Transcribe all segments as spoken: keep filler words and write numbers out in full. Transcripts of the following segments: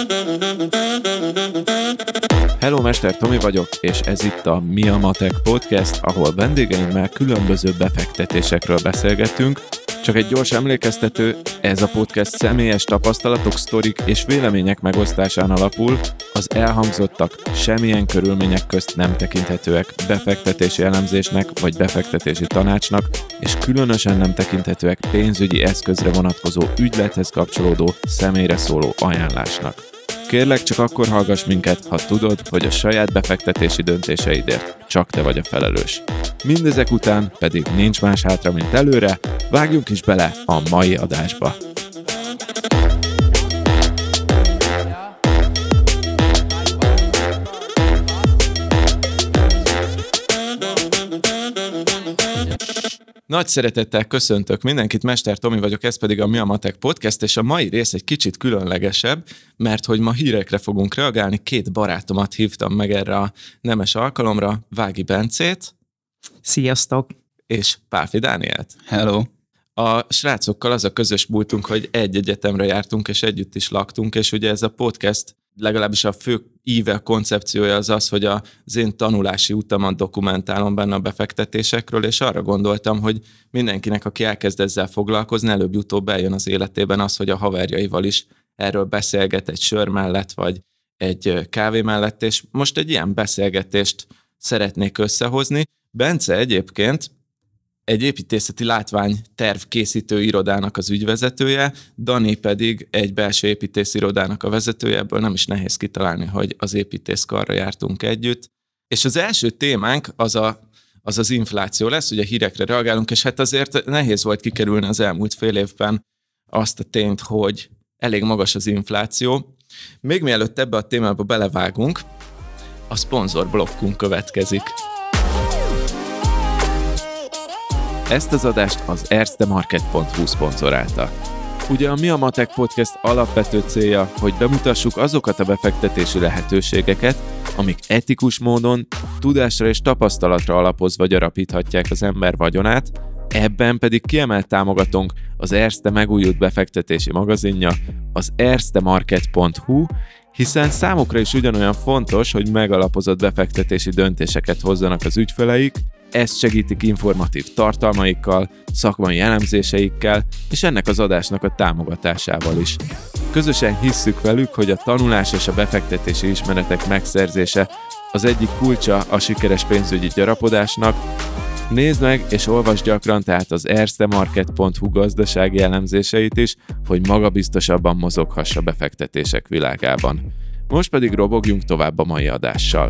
Hello, Mester Tomi vagyok, és ez itt a Mi a Matek Podcast, ahol vendégeimmel különböző befektetésekről beszélgetünk. Csak egy gyors emlékeztető, ez a podcast személyes tapasztalatok, sztorik és vélemények megosztásán alapul, az elhangzottak semmilyen körülmények közt nem tekinthetőek befektetési elemzésnek vagy befektetési tanácsnak, és különösen nem tekinthetőek pénzügyi eszközre vonatkozó ügylethez kapcsolódó személyre szóló ajánlásnak. Kérlek, csak akkor hallgass minket, ha tudod, hogy a saját befektetési döntéseidért csak te vagy a felelős. Mindezek után pedig nincs más hátra, mint előre, vágjunk is bele a mai adásba. Nagy szeretettel köszöntök mindenkit, Mester Tomi vagyok, ez pedig a Mi a Matek Podcast, és a mai rész egy kicsit különlegesebb, mert hogy ma hírekre fogunk reagálni, két barátomat hívtam meg erre a nemes alkalomra, Vági Bencét. Sziasztok! És Pálfi Dánielt. Hello! A srácokkal az a közös múltunk, hogy egy egyetemre jártunk, és együtt is laktunk, és ugye ez a podcast, legalábbis a fő íve, a koncepciója az az, hogy az én tanulási utamat dokumentálom benne a befektetésekről, és arra gondoltam, hogy mindenkinek, aki elkezd ezzel foglalkozni, előbb-utóbb eljön az életében az, hogy a haverjaival is erről beszélget egy sör mellett, vagy egy kávé mellett, és most egy ilyen beszélgetést szeretnék összehozni. Bence egyébként egy építészeti látvány tervkészítő irodának az ügyvezetője, Dani pedig egy belső építészirodának a vezetője, ebből nem is nehéz kitalálni, hogy az építészkarra jártunk együtt. És az első témánk az a, az, az infláció lesz, ugye hírekre reagálunk, és hát azért nehéz volt kikerülni az elmúlt fél évben azt a tényt, hogy elég magas az infláció. Még mielőtt ebbe a témába belevágunk, a szponzorblokkunk következik. Ezt az adást az erstemarket pont hu szponzorálta. Ugye a Mi a Matek Podcast alapvető célja, hogy bemutassuk azokat a befektetési lehetőségeket, amik etikus módon, tudásra és tapasztalatra alapozva gyarapíthatják az ember vagyonát, ebben pedig kiemelt támogatónk az Erste megújult befektetési magazinja, az erstemarket pont hu, hiszen számukra is ugyanolyan fontos, hogy megalapozott befektetési döntéseket hozzanak az ügyfeleik, ezt segítik informatív tartalmaikkal, szakmai elemzéseikkel, és ennek az adásnak a támogatásával is. Közösen hisszük velük, hogy a tanulás és a befektetési ismeretek megszerzése az egyik kulcsa a sikeres pénzügyi gyarapodásnak. Nézd meg és olvasd gyakran tehát az erstemarket pont hu gazdasági elemzéseit is, hogy magabiztosabban mozoghass a befektetések világában. Most pedig robogjunk tovább a mai adással.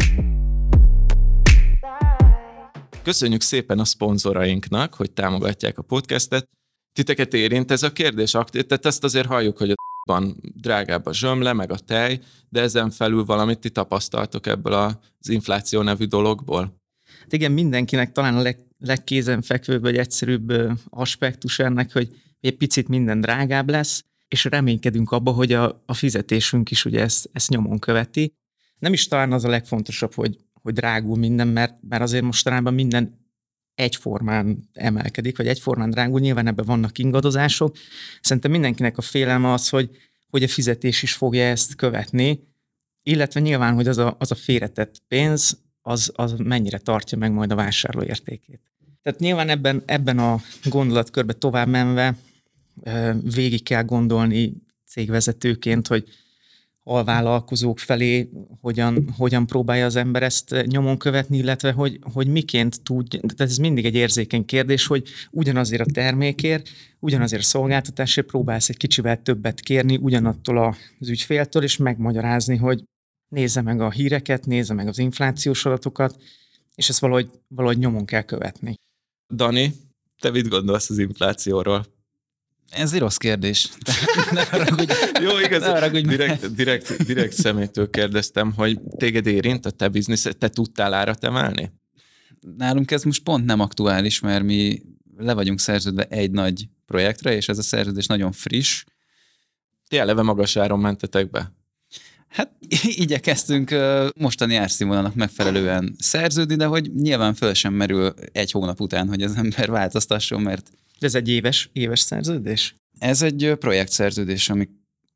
Köszönjük szépen a szponzorainknak, hogy támogatják a podcastet. Titeket érint ez a kérdés? Tehát ezt azért halljuk, hogy a drágább a zsömle, meg a tej, de ezen felül valamit ti tapasztaltok ebből az infláció nevű dologból? Hát igen, mindenkinek talán a leg, legkézenfekvőbb vagy egyszerűbb aspektus ennek, hogy egy picit minden drágább lesz, és reménykedünk abba, hogy a, a fizetésünk is ugye ezt, ezt nyomon követi. Nem is talán az a legfontosabb, hogy hogy drágul minden, mert, mert azért mostanában minden egyformán emelkedik, vagy egyformán drágul, nyilván ebben vannak ingadozások. Szerintem mindenkinek a félelme az, hogy, hogy a fizetés is fogja ezt követni, illetve nyilván, hogy az a, az a félretett pénz, az, az mennyire tartja meg majd a vásárló értékét. Tehát nyilván ebben, ebben a gondolatkörben tovább menve végig kell gondolni cégvezetőként, hogy alvállalkozók felé hogyan, hogyan próbálja az ember ezt nyomon követni, illetve hogy, hogy miként tud, tehát ez mindig egy érzékeny kérdés, hogy ugyanazért a termékért, ugyanazért a szolgáltatásért próbálsz egy kicsivel többet kérni ugyanattól az ügyféltől, és megmagyarázni, hogy nézze meg a híreket, nézze meg az inflációs adatokat, és ezt valahogy, valahogy nyomon kell követni. Dani, te mit gondolsz az inflációról? Ez egy rossz kérdés. Ne haragudj. Jó, igaz, direkt, direkt, direkt szemétől kérdeztem, hogy téged érint a te biznisz, te tudtál árat emelni? Nálunk ez most pont nem aktuális, mert mi le vagyunk szerződve egy nagy projektre, és ez a szerződés nagyon friss. Ti eleve magas áron mentetek be? Hát igyekeztünk mostani árszínvonalnak megfelelően szerződni, de hogy nyilván föl sem merül egy hónap után, hogy az ember változtasson, mert... De ez egy éves, éves szerződés? Ez egy projektszerződés, ami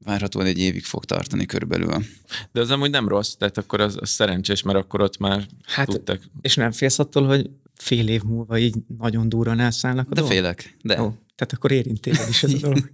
várhatóan egy évig fog tartani körülbelül. De az amúgy nem rossz, tehát akkor az, az szerencsés, mert akkor ott már hát, tudtak. És nem félsz attól, hogy fél év múlva így nagyon durran elszállnak a De dolgok? félek, de. Ó, tehát akkor érint téged is ez a dolog.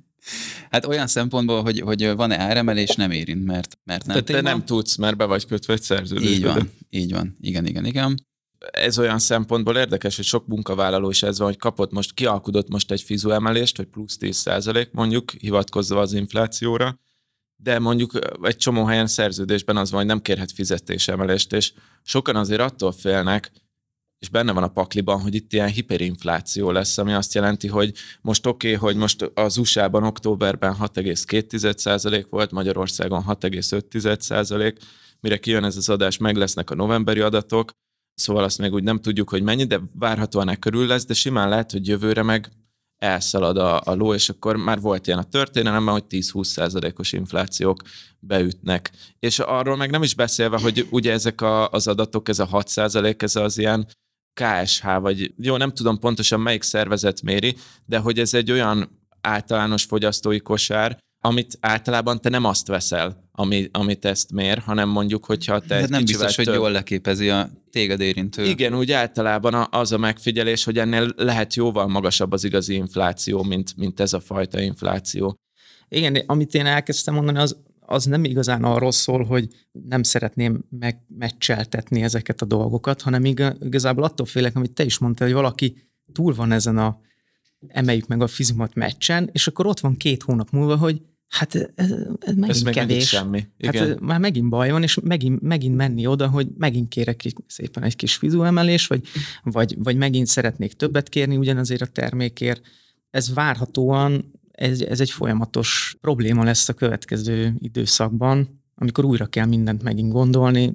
Hát olyan szempontból, hogy, hogy van-e áremelés, nem érint, mert, mert nem. Tehát te nem tudsz, mert be vagy kötve egy szerződésbe. Így van, így van. Igen, igen, igen. Ez olyan szempontból érdekes, hogy sok munkavállaló is ez van, hogy kapott most, kialkudott most egy fizuemelést, hogy plusz tíz százalék mondjuk, hivatkozva az inflációra, de mondjuk egy csomó helyen szerződésben az van, hogy nem kérhet fizetésemelést, és sokan azért attól félnek, és benne van a pakliban, hogy itt ilyen hiperinfláció lesz, ami azt jelenti, hogy most oké, okay, hogy most az u es á-ban októberben hat egész két százalék volt, Magyarországon hat egész öt százalék, mire kijön ez az adás, meg lesznek a novemberi adatok, szóval azt még úgy nem tudjuk, hogy mennyi, de várhatóan e körül lesz, de simán lehet, hogy jövőre meg elszalad a, a ló, és akkor már volt ilyen a történelemben, hogy tíz-húsz százalékos inflációk beütnek. És arról meg nem is beszélve, hogy ugye ezek a, az adatok, ez a hat százalék, ez az ilyen ká es há, vagy jó, nem tudom pontosan melyik szervezet méri, de hogy ez egy olyan általános fogyasztói kosár, amit általában te nem azt veszel, ami, amit ezt mér, hanem mondjuk, hogyha te hát nem biztos, több... hogy jól leképezi a téged érintő. Igen, úgy általában az a megfigyelés, hogy ennél lehet jóval magasabb az igazi infláció, mint, mint ez a fajta infláció. Igen, amit én elkezdtem mondani, az, az nem igazán arról szól, hogy nem szeretném megmeccseltetni ezeket a dolgokat, hanem igazából attól félek, amit te is mondtál, hogy valaki túl van ezen a emeljük meg a fizumat meccsen, és akkor ott van két hónap múlva, hogy hát ez, ez megint ez kevés. Semmi. Igen. Hát már megint baj van, és megint, megint menni oda, hogy megint kérek szépen egy kis fizuemelés, vagy, vagy, vagy megint szeretnék többet kérni ugyanazért a termékért. Ez várhatóan, ez, ez egy folyamatos probléma lesz a következő időszakban, amikor újra kell mindent megint gondolni,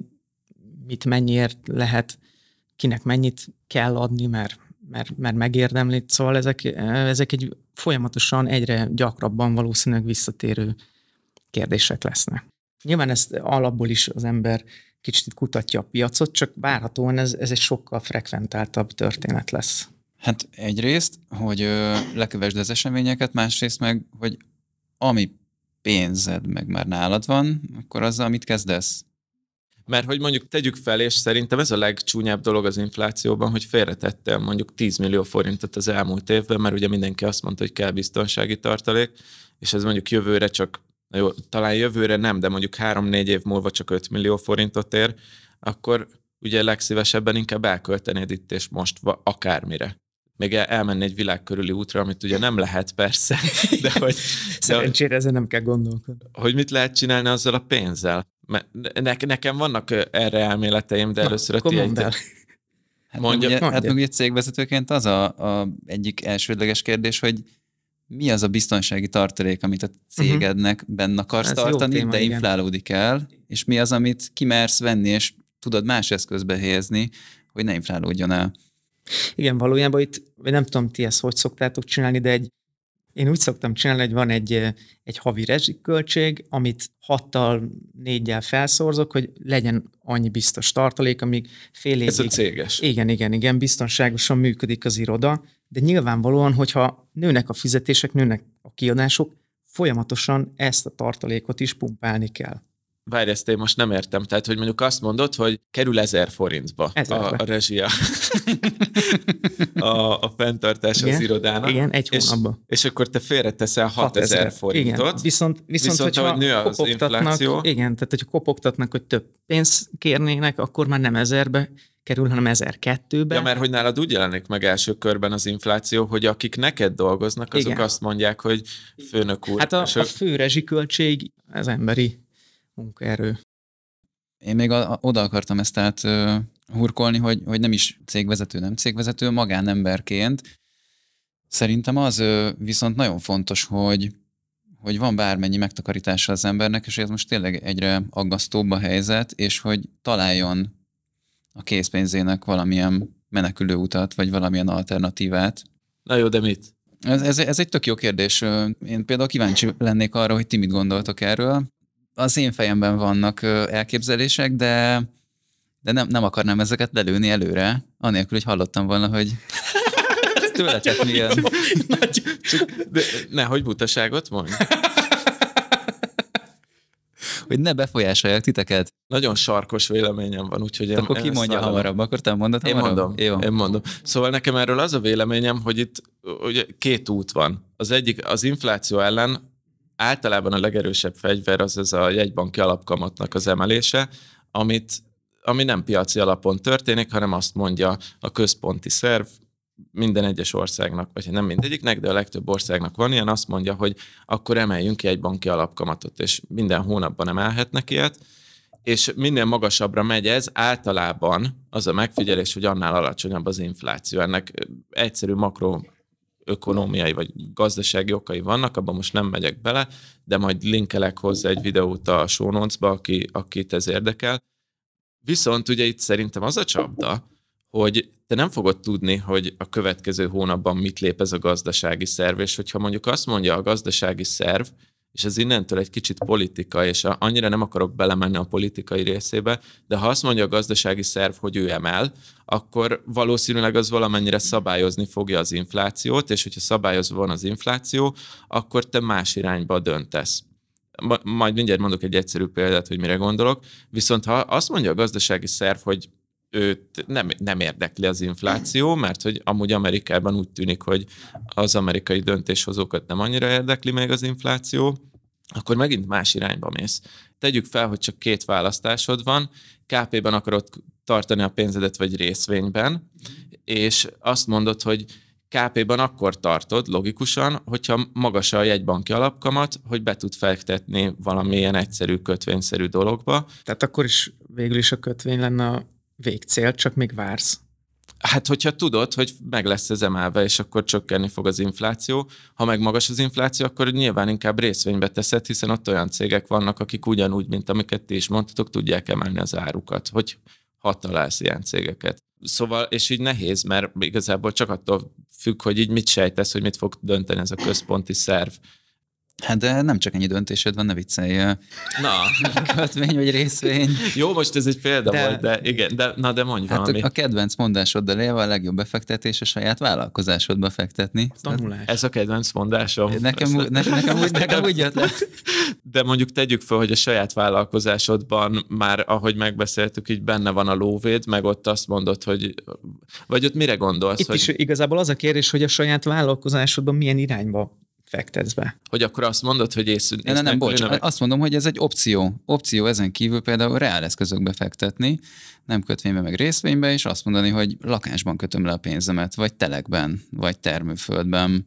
mit mennyiért lehet, kinek mennyit kell adni, mert Mert, mert megérdemli, szóval ezek, ezek egy folyamatosan egyre gyakrabban valószínűleg visszatérő kérdések lesznek. Nyilván ezt alapból is az ember kicsit kutatja a piacot, csak várhatóan ez, ez egy sokkal frekventáltabb történet lesz. Hát egyrészt, hogy ö, lekövesd az eseményeket, másrészt meg, hogy ami pénzed meg már nálad van, akkor azzal mit kezdesz? Mert hogy mondjuk tegyük fel, és szerintem ez a legcsúnyább dolog az inflációban, hogy félretettem mondjuk tíz millió forintot az elmúlt évben, mert ugye mindenki azt mondta, hogy kell biztonsági tartalék, és ez mondjuk jövőre csak, jó, talán jövőre nem, de mondjuk három-négy év múlva csak öt millió forintot ér, akkor ugye legszívesebben inkább elköltenéd itt és most akármire. Még elmenni egy világ körüli útra, amit ugye nem lehet persze, de hogy... Szerencsére ezen nem kell gondolkodni. Hogy mit lehet csinálni azzal a pénzzel? Ne, nekem vannak erre elméleteim, de először a tiéd. Hát mondja, ugye, hát meg ugye cégvezetőként az a, a egyik elsődleges kérdés, hogy mi az a biztonsági tartalék, amit a cégednek uh-huh. benne akarsz Ez tartani, téma, de igen. inflálódik el, és mi az, amit kimersz venni, és tudod más eszközbe helyezni, hogy ne inflálódjon el. Igen, valójában itt, nem tudom, ti ezt hogy szoktátok csinálni, de egy, én úgy szoktam csinálni, hogy van egy, egy havi rezsiköltség, amit hattal, négyel felszorzok, hogy legyen annyi biztos tartalék, amíg fél évig... Ez a céges. Igen, igen, igen, biztonságosan működik az iroda, de nyilvánvalóan, hogyha nőnek a fizetések, nőnek a kiadások, folyamatosan ezt a tartalékot is pumpálni kell. Várj, ezt én most nem értem. Tehát, hogy mondjuk azt mondod, hogy kerül ezer forintba a, a rezsia, a, a fenntartás igen, az irodának. Igen, egy hónapban. És, és akkor te félreteszel hatezer forintot. Igen, viszont, viszont, viszont ahogy nő az infláció. Igen, tehát hogyha kopogtatnak, hogy több pénzt kérnének, akkor már nem ezerbe kerül, hanem ezerkettőbe. Ja, mert hogy nálad úgy jelenik meg első körben az infláció, hogy akik neked dolgoznak, azok igen. azt mondják, hogy főnök úr. Hát a, a fő rezsiköltség az emberi munkaerő. Én még a, a, oda akartam ezt át uh, hurkolni, hogy, hogy nem is cégvezető, nem cégvezető, magánemberként. Szerintem az uh, viszont nagyon fontos, hogy, hogy van bármennyi megtakarítása az embernek, és ez most tényleg egyre aggasztóbb a helyzet, és hogy találjon a készpénzének valamilyen menekülő utat, vagy valamilyen alternatívát. Na jó, de mit? Ez, ez, ez egy tök jó kérdés. Én például kíváncsi lennék arra, hogy ti mit gondoltok erről. Az én fejemben vannak elképzelések, de, de nem, nem akarnám ezeket lelőni előre, anélkül, hogy hallottam volna, hogy tőletek milyen. De nehogy butaságot mondj. hogy ne befolyásolják titeket. Nagyon sarkos véleményem van, úgyhogy én, Akkor én ki ezt mondja vállom. hamarabb? Akkor te mondod Én hamarabb? mondom, Jó. én mondom. Szóval nekem erről az a véleményem, hogy itt ugye, két út van. Az egyik, az infláció ellen általában a legerősebb fegyver az ez a jegybanki alapkamatnak az emelése, amit, ami nem piaci alapon történik, hanem azt mondja a központi szerv, minden egyes országnak, vagy nem mindegyiknek, de a legtöbb országnak van ilyen, azt mondja, hogy akkor emeljünk ki egy banki alapkamatot, és minden hónapban emelhetnek ilyet, és minél magasabbra megy ez, általában az a megfigyelés, hogy annál alacsonyabb az infláció. Ennek egyszerű makroökonómiai vagy gazdasági okai vannak, abban most nem megyek bele, de majd linkelek hozzá egy videót a show notes-ba, aki, akit ez érdekel. Viszont ugye itt szerintem az a csapda, hogy te nem fogod tudni, hogy a következő hónapban mit lép ez a gazdasági szerv, és hogyha mondjuk azt mondja a gazdasági szerv, és ez innentől egy kicsit politika, és annyira nem akarok belemenni a politikai részébe, de ha azt mondja a gazdasági szerv, hogy ő emel, akkor valószínűleg az valamennyire szabályozni fogja az inflációt, és hogyha szabályozva van az infláció, akkor te más irányba döntesz. Majd mindjárt mondok egy egyszerű példát, hogy mire gondolok, viszont ha azt mondja a gazdasági szerv, hogy őt nem, nem érdekli az infláció, mert hogy amúgy Amerikában úgy tűnik, hogy az amerikai döntéshozókat nem annyira érdekli még az infláció, akkor megint más irányba mész. Tegyük fel, hogy csak két választásod van, ká pében akarod tartani a pénzedet, vagy részvényben, és azt mondod, hogy ká pében akkor tartod, logikusan, hogyha magas a jegybanki alapkamat, hogy be tud fektetni valamilyen egyszerű, kötvényszerű dologba. Tehát akkor is végül is a kötvény lenne a végcél, csak még vársz. Hát, hogyha tudod, hogy meg lesz ez emelve, és akkor csökkenni fog az infláció. Ha meg magas az infláció, akkor nyilván inkább részvénybe teszed, hiszen ott olyan cégek vannak, akik ugyanúgy, mint amiket ti is mondtatok, tudják emelni az árukat. Hogy ha találsz ilyen cégeket. Szóval, és így nehéz, mert igazából csak attól függ, hogy így mit sejtesz, hogy mit fog dönteni ez a központi szerv. Hát de nem csak ennyi döntésed van, ne vicceljél. Na. Kötvény vagy részvény. Jó, most ez egy példa de... volt, de igen, de, na de mondj hát valami. a kedvenc mondásoddal élve a legjobb befektetés a saját vállalkozásodba fektetni. Tanulás. Ez a kedvenc mondásom. Nekem, ne, nekem, úgy, nekem úgy jött le. De mondjuk tegyük fel, hogy a saját vállalkozásodban már, ahogy megbeszéltük, így benne van a lóvéd, meg ott azt mondod, hogy... Vagy ott mire gondolsz? Itt hogy... is igazából az a kérdés, hogy a saját vállalkozásodban milyen irányba fektetsz be. Hogy akkor azt mondod, hogy ész... Ne, nem, nem, bocs, meg... azt mondom, hogy ez egy opció. Opció ezen kívül például reáleszközökbe fektetni, nem kötvénybe, meg részvénybe, és azt mondani, hogy lakásban kötöm le a pénzemet, vagy telekben, vagy termőföldben.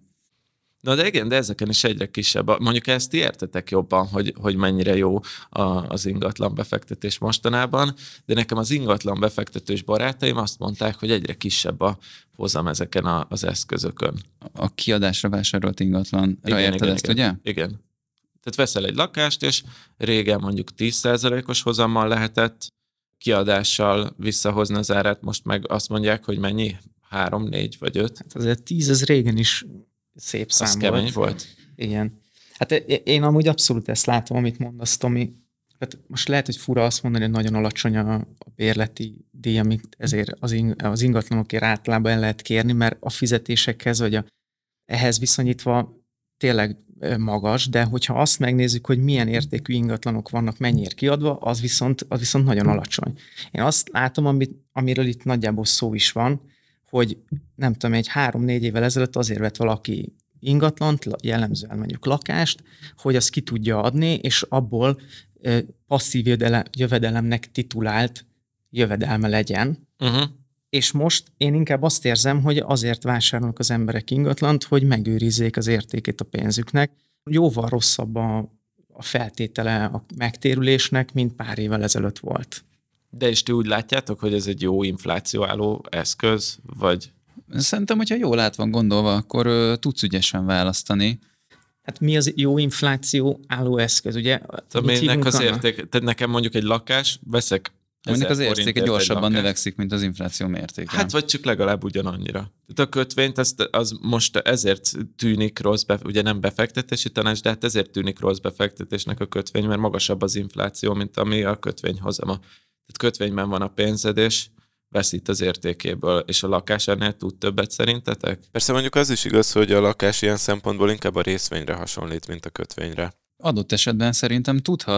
Na de igen, de ezeken is egyre kisebb. Mondjuk ezt ti értetek jobban, hogy, hogy mennyire jó a, az ingatlan befektetés mostanában, de nekem az ingatlan befektetős barátaim azt mondták, hogy egyre kisebb a hozam ezeken a, az eszközökön. A kiadásra vásárolt ingatlanra érted igen, ezt, igen, ugye? Igen. Tehát veszel egy lakást, és régen mondjuk tíz százalékos hozammal lehetett kiadással visszahozni az árát, most meg azt mondják, hogy mennyi? Három, négy vagy öt? Hát azért tíz, ez régen is szép szám az volt. kemény volt. Igen. Hát én amúgy abszolút ezt látom, amit mondasz, Tomi. Hát most lehet, hogy fura azt mondani, hogy nagyon alacsony a, a bérleti díj, amit ezért az, ing, az ingatlanokért általában el lehet kérni, mert a fizetésekhez, vagy a, ehhez viszonyítva tényleg magas, de hogyha azt megnézzük, hogy milyen értékű ingatlanok vannak, mennyiért kiadva, az viszont, az viszont nagyon alacsony. Én azt látom, amit, amiről itt nagyjából szó is van, hogy nem tudom, egy három-négy évvel ezelőtt azért vett valaki ingatlant, jellemzően mondjuk lakást, hogy azt ki tudja adni, és abból e, passzív jövedelemnek titulált jövedelme legyen. Uh-huh. És most én inkább azt érzem, hogy azért vásárolnak az emberek ingatlant, hogy megőrizzék az értékét a pénzüknek. Jóval rosszabb a, a feltétele a megtérülésnek, mint pár évvel ezelőtt volt. De és ti úgy látjátok, hogy ez egy jó inflációálló eszköz, vagy... Szerintem, hogyha jól át van gondolva, akkor uh, tudsz ügyesen választani. Hát mi az jó infláció álló eszköz, ugye? Aminek az érték, tehát nekem mondjuk egy lakás, veszek aminek az értéke gyorsabban növekszik, mint az infláció mértéke. Hát vagy csak legalább ugyanannyira. Tehát a kötvényt az, az most ezért tűnik rossz, be, ugye nem befektetési tanács, de hát ezért tűnik rossz befektetésnek a kötvény, mert magasabb az infláció, mint ami a kötvény hozama. Tehát kötvényben van a pénzed, és veszít az értékéből, és a lakás ennél tud többet szerintetek? Persze mondjuk az is igaz, hogy a lakás ilyen szempontból inkább a részvényre hasonlít, mint a kötvényre. Adott esetben szerintem tudhat,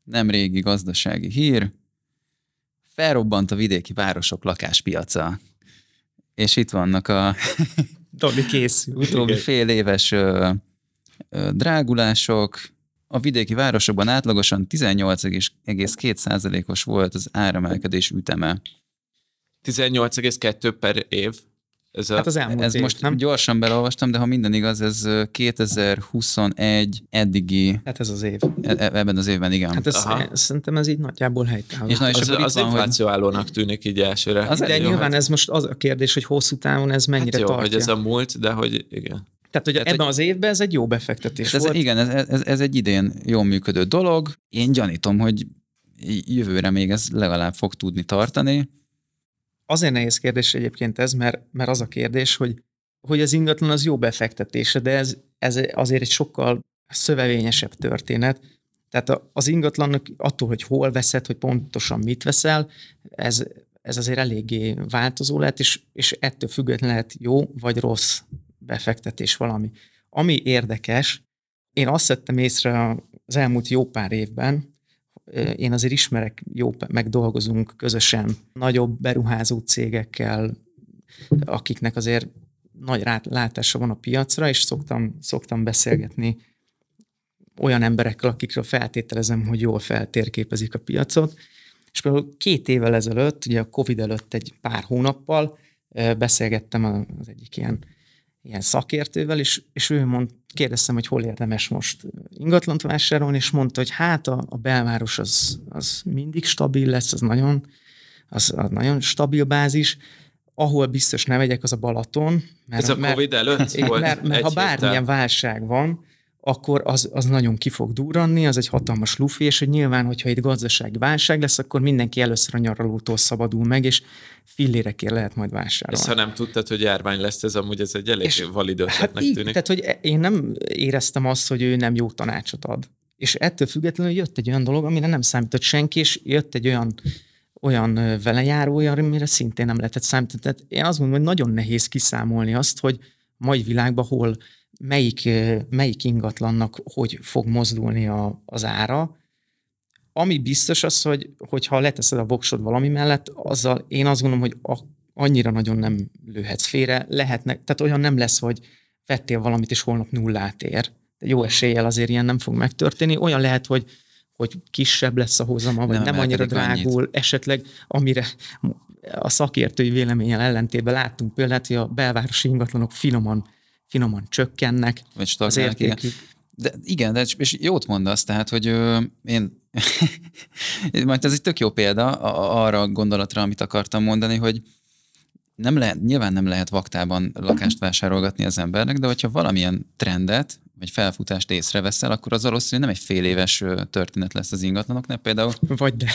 nem régi gazdasági hír, felrobbant a vidéki városok lakáspiaca. És itt vannak a Dali készül. utóbbi fél éves ö, ö, drágulások. A vidéki városokban átlagosan tizennyolc egész két százalékos volt az áremelkedés üteme. tizennyolc egész kettő per év. Ez, a... Hát az elmúlt ez év, most nem? gyorsan beleolvastam, de ha minden igaz, ez kétezer-huszonegy eddigi, Hát ez az év. e- ebben az évben, igen. Hát ez, Aha. szerintem ez így nagyjából helytálló. És na, és az, akkor az itt van, hogy- inflációállónak tűnik így elsőre. Az De elég jó, nyilván hát- ez most az a kérdés, hogy hosszú távon ez mennyire hát jó, tartja. hogy ez a múlt, de hogy igen. Tehát, hogy Tehát, ebben hogy- az évben ez egy jó befektetés ez, volt. igen, ez, ez, ez egy idén jól működő dolog. Én gyanítom, hogy jövőre még ez legalább fog tudni tartani. Azért nehéz kérdés egyébként ez, mert, mert az a kérdés, hogy, hogy az ingatlan az jó befektetése, de ez, ez azért egy sokkal szövevényesebb történet. Tehát a- az ingatlannak attól, hogy hol veszed, hogy pontosan mit veszel, ez, ez azért eléggé változó lehet, és, és ettől függetlenül lehet jó vagy rossz befektetés valami. Ami érdekes, én azt vettem észre az elmúlt jó pár évben, én azért ismerek, jó, meg dolgozunk közösen nagyobb beruházó cégekkel, akiknek azért nagy látása van a piacra, és szoktam, szoktam beszélgetni olyan emberekkel, akikről feltételezem, hogy jól feltérképezik a piacot. És például két évvel ezelőtt, ugye a Covid előtt egy pár hónappal beszélgettem az egyik ilyen, ilyen szakértővel, és, és ő mond, kérdeztem, hogy hol érdemes most ingatlant vásárolni, és mondta, hogy hát a, a belváros az, az mindig stabil lesz, az nagyon, az, az nagyon stabil bázis. Ahol biztos ne vegyek, az a Balaton. Mert, Ez a Covid mert, előtt igen, volt mert, mert ha egy bármilyen héttel. válság van, akkor az, az nagyon ki fog durranni, az egy hatalmas lufi, és hogy nyilván, hogyha itt gazdasági válság lesz, akkor mindenki először a nyaralótól szabadul meg, és fillérekért lehet majd vásárolni. Ezt ha nem tudtad, hogy járvány lesz, ez amúgy ez egy elég És- valid Hát ötletnek így, tűnik. tehát, hogy én nem éreztem azt, hogy ő nem jó tanácsot ad. És ettől függetlenül jött egy olyan dolog, amire nem számított senki, és jött egy olyan, olyan ö, velejárója, amire szintén nem lehetett számítani. Tehát én azt mondom, hogy nagyon nehéz kiszámolni azt, hogy mai világban hol melyik, ö, melyik ingatlannak hogy fog mozdulni a, az ára. Ami biztos az, hogy hogyha leteszed a voksod valami mellett, azzal én azt gondolom, hogy a, annyira nagyon nem lőhetsz félre. Lehetnek, tehát olyan nem lesz, hogy vettél valamit, és holnap nullát ér. De jó eséllyel azért ilyen nem fog megtörténni. Olyan lehet, hogy, hogy kisebb lesz a hozama, vagy Nem nem, nem annyira emelkedik drágul, esetleg amire a szakértői véleménnyel ellentétben láttunk példát, hogy a belvárosi ingatlanok finoman, finoman csökkennek Vagy az stagnálnak, igen. értékük. De igen, de, és jót mondasz, tehát, hogy ö, én, majd ez egy tök jó példa a- arra a gondolatra, amit akartam mondani, hogy nem lehet, nyilván nem lehet vaktában lakást vásárolgatni az embernek, de hogyha valamilyen trendet, vagy felfutást észreveszel, akkor az valószínűleg nem egy fél éves ö, történet lesz az ingatlanoknak. Például, Vagy de.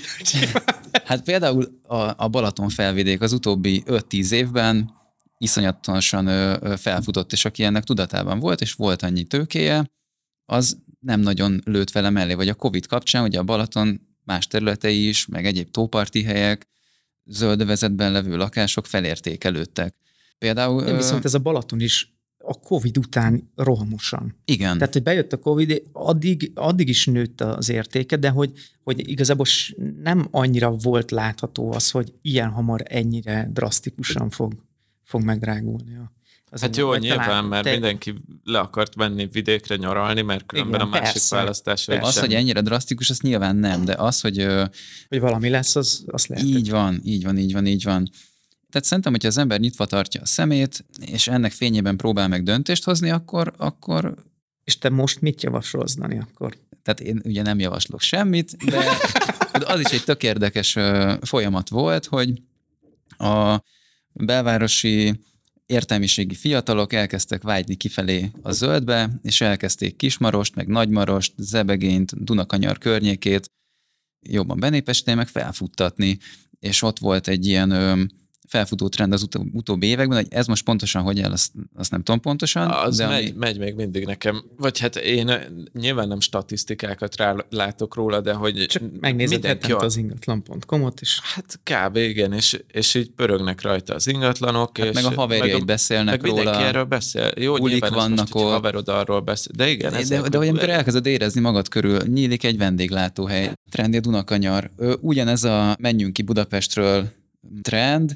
hát például a, a Balaton felvidék az utóbbi öt-tíz évben iszonyatosan ö, ö, felfutott, és aki ennek tudatában volt, és volt annyi tőkéje, az nem nagyon lőtt vele mellé, vagy a Covid kapcsán, ugye a Balaton más területei is, meg egyéb tóparti helyek, zöldövezetben levő lakások felértékelődtek. Például... Nem, ö, viszont ez a Balaton is a Covid után rohamosan. igen. Tehát, hogy bejött a Covid, addig, addig is nőtt az értéke, de hogy, hogy igazából s- nem annyira volt látható az, hogy ilyen hamar ennyire drasztikusan fog, fog megdrágulni. a- Az Hát a- jó, vagy nyilván, talán mert te- mindenki le akart menni vidékre nyaralni, mert különben Igen, a másik persze. választásra Persze. Az, hogy ennyire drasztikus, az nyilván nem, de az, hogy ö, Hogy valami lesz, az, az lehet. így van, így van, így van, így van. Tehát szerintem, hogyha az ember nyitva tartja a szemét, és ennek fényében próbál meg döntést hozni, akkor, akkor És te most mit javasolsz, Dani, akkor? tehát én ugye nem javaslok semmit, de de az is egy tök érdekes ö, folyamat volt, hogy a belvárosi értelmiségi fiatalok elkezdtek vágyni kifelé a zöldbe, és elkezdték Kismarost, meg Nagymarost, Zebegényt, Dunakanyar környékét jobban benépesíteni, meg felfuttatni, és ott volt egy ilyen ö, felfutó trend az utó, utóbbi években, hogy ez most pontosan hogy el, azt, azt nem tudom pontosan. Az de megy, ami... megy még mindig nekem. Vagy hát én nyilván nem statisztikákat rá látok róla, de hogy csak megnézed hetente az ingatlan pont com-ot, és... Hát kb. Igen, és, és így pörögnek rajta az ingatlanok. Hát és meg a haverjaid beszélnek meg róla. Mindenki erről beszél. Jó, nyilván vannak most, ott. Haverod arról beszél. De igen. De, ezek, de, de hogy amikor elkezded érezni magad körül, nyílik egy vendéglátóhely, trendi a Dunakanyar, ugyanez a menjünk ki Budapestről trend,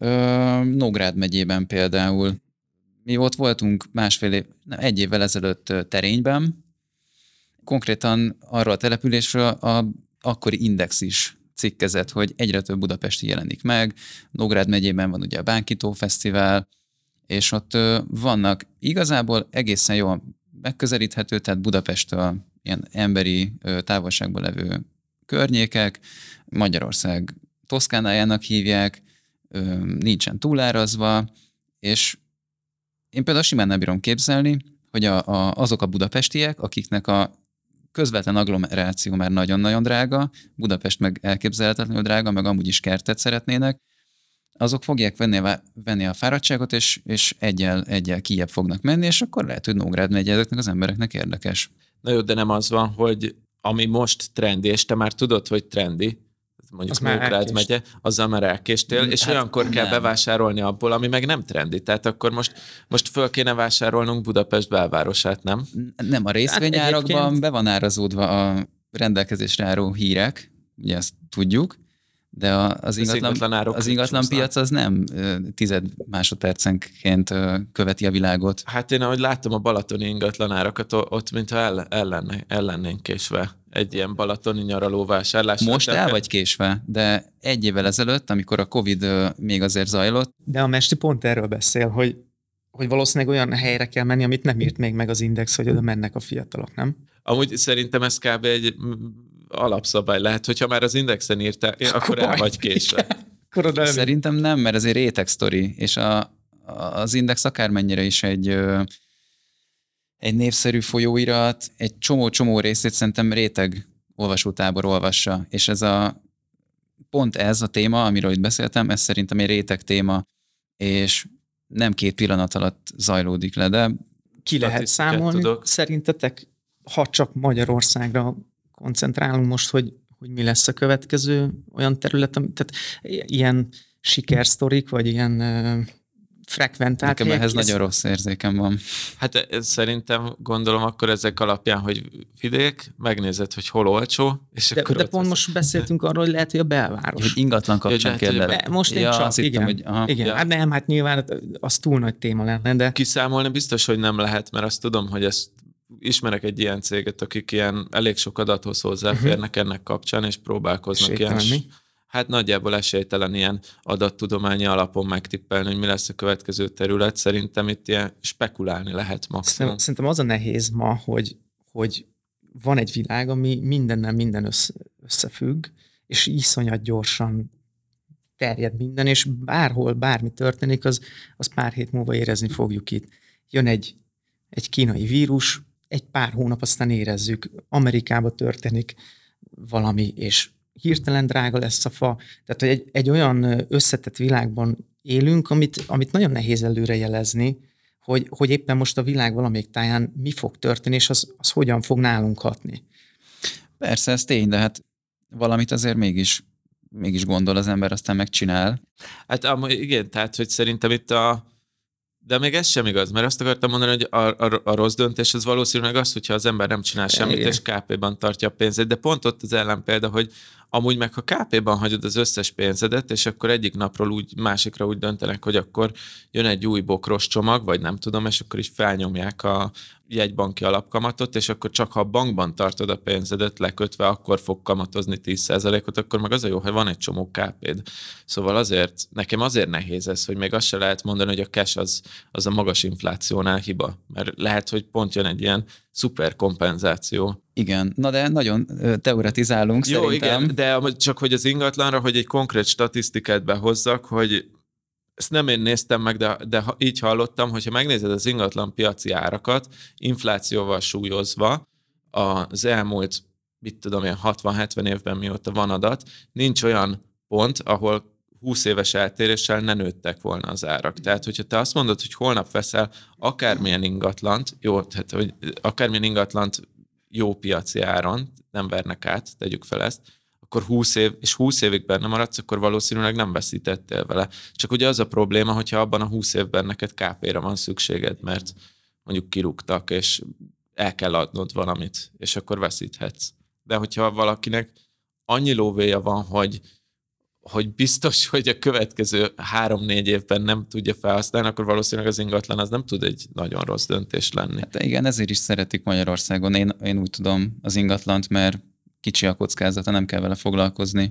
Nógrád megyében például. Mi ott voltunk másfél év, nem, egy évvel ezelőtt Terényben, konkrétan arról a településről a akkori Index is cikkezett, hogy egyre több budapesti jelenik meg, Nógrád megyében van ugye a Bánkító Fesztivál, és ott vannak igazából egészen jól megközelíthető, tehát Budapesttől ilyen emberi távolságban levő környékek, Magyarország Toszkánájának hívják, nincsen túlárazva, és én például simán nem bírom képzelni, hogy a, a, azok a budapestiek, akiknek a közvetlen agglomeráció már nagyon-nagyon drága, Budapest meg elképzelhetetlenül drága, meg amúgy is kertet szeretnének, azok fogják venni a, venni a fáradtságot, és, és egyel, egyel kijebb fognak menni, és akkor lehet, hogy Nógrád megy ezeknek az embereknek érdekes. Na jó, de nem az van, hogy ami most trendi, és te már tudod, hogy trendi, mondjuk Nógrád megye, azzal már elkéstél, és hát olyankor kell nem. bevásárolni abból, ami meg nem trendi. Tehát akkor most, most föl kéne vásárolnunk Budapest belvárosát, nem? Nem, a részvényárakban hát be van árazódva a rendelkezésre álló hírek, ugye ezt tudjuk, de az ingatlan, ingatlan, az ingatlan piac az nem tized másodpercenként követi a világot. Hát én ahogy láttam a balatoni ingatlanárakat, ott mintha el, el lennénk késve egy ilyen balatoni nyaraló vásárlásra. Most el vagy késve, de egy évvel ezelőtt, amikor a Covid még azért zajlott. De a Mesti pont erről beszél, hogy, hogy valószínűleg olyan helyre kell menni, amit nem írt még meg az Index, hogy oda mennek a fiatalok, nem? Amúgy szerintem ez kb. Egy alapszabály lehet, hogyha már az Indexen írtál, akkor, akkor el vagy késve. Szerintem nem, mert ez egy réteg sztori, és a, az Index akármennyire is egy, egy népszerű folyóirat, egy csomó-csomó részét szerintem réteg olvasótábor olvassa, és ez a pont ez a téma, amiről itt beszéltem, ez szerintem egy réteg téma, és nem két pillanat alatt zajlódik le, de ki lehet számolni, tudok. Szerintetek, ha csak Magyarországra koncentrálunk most, hogy, hogy mi lesz a következő olyan terület, tehát ilyen sikersztorik, vagy ilyen uh, frekventált Nekem ehhez nagyon rossz érzékem van. Hát ez, szerintem gondolom akkor ezek alapján, hogy vidék, megnézed, hogy hol olcsó, és de, akkor de pont most beszéltünk arról, hogy lehet, hogy a belváros. Hogy ingatlan kapcsán kérdez. Most én ja, csak, igen. Hittem, hogy, aha. igen. Ja. Hát nem, hát nyilván az túl nagy téma lenne, de... Kiszámolni biztos, hogy nem lehet, mert azt tudom, hogy ezt ismerek egy ilyen céget, akik ilyen elég sok adathoz hozzáférnek uh-huh. ennek kapcsán, és próbálkoznak esélytelen ilyen... Mi? Hát nagyjából esélytelen ilyen adattudományi alapon megtippelni, hogy mi lesz a következő terület. Szerintem itt ilyen spekulálni lehet maximum. Szerintem az a nehéz ma, hogy, hogy van egy világ, ami mindennel minden összefügg, és iszonyat gyorsan terjed minden, és bárhol, bármi történik, az, az pár hét múlva érezni fogjuk itt. Jön egy, egy kínai vírus, egy pár hónap aztán érezzük. Amerikában történik valami, és hirtelen drága lesz a fa. Tehát, hogy egy, egy olyan összetett világban élünk, amit, amit nagyon nehéz előrejelezni, hogy, hogy éppen most a világ valamelyik táján mi fog történni, és az, az hogyan fog nálunk hatni. Persze, ez tény, de hát valamit azért mégis, mégis gondol az ember, aztán megcsinál. Hát igen, tehát, hogy szerintem itt a de még ez sem igaz, mert azt akartam mondani, hogy a, a, a rossz döntés az valószínűleg az, hogyha az ember nem csinál semmit, igen. és ká pé-ban tartja a pénzét, de pont ott az ellenpélda, hogy amúgy meg ha ká pé-ban hagyod az összes pénzedet, és akkor egyik napról úgy, másikra úgy döntenek, hogy akkor jön egy új bokros csomag, vagy nem tudom, és akkor is felnyomják a jegybanki alapkamatot, és akkor csak ha a bankban tartod a pénzedet lekötve, akkor fog kamatozni tíz százalékot, akkor meg az a jó, hogy van egy csomó ká péd. Szóval azért, nekem azért nehéz ez, hogy még azt se lehet mondani, hogy a cash az, az a magas inflációnál hiba. Mert lehet, hogy pont jön egy ilyen szuper kompenzáció. Igen, na de nagyon teoretizálunk Jó, szerintem. Igen, de csak hogy az ingatlanra, hogy egy konkrét statisztikát behozzak, hogy ezt nem én néztem meg, de, de így hallottam, hogyha megnézed az ingatlan piaci árakat, inflációval súlyozva, az elmúlt, mit tudom én, hatvan-hetven évben mióta van adat, nincs olyan pont, ahol húsz éves eltéréssel ne nőttek volna az árak. Tehát, hogyha te azt mondod, hogy holnap veszel akármilyen ingatlant, jó, tehát, hogy akármilyen ingatlant jó piaci áron, nem vernek át, tegyük fel ezt, akkor húsz év, és húsz évig benne maradsz, akkor valószínűleg nem veszítettél vele. Csak ugye az a probléma, hogyha abban a húsz évben neked ká pére van szükséged, mert mondjuk kirúgtak, és el kell adnod valamit, és akkor veszíthetsz. De hogyha valakinek annyi lóvéja van, hogy, hogy biztos, hogy a következő három-négy évben nem tudja felhasználni, akkor valószínűleg az ingatlan az nem tud egy nagyon rossz döntés lenni. Hát igen, ezért is szeretik Magyarországon. Én, én úgy tudom az ingatlant, mert kicsi a kockázata, nem kell vele foglalkozni.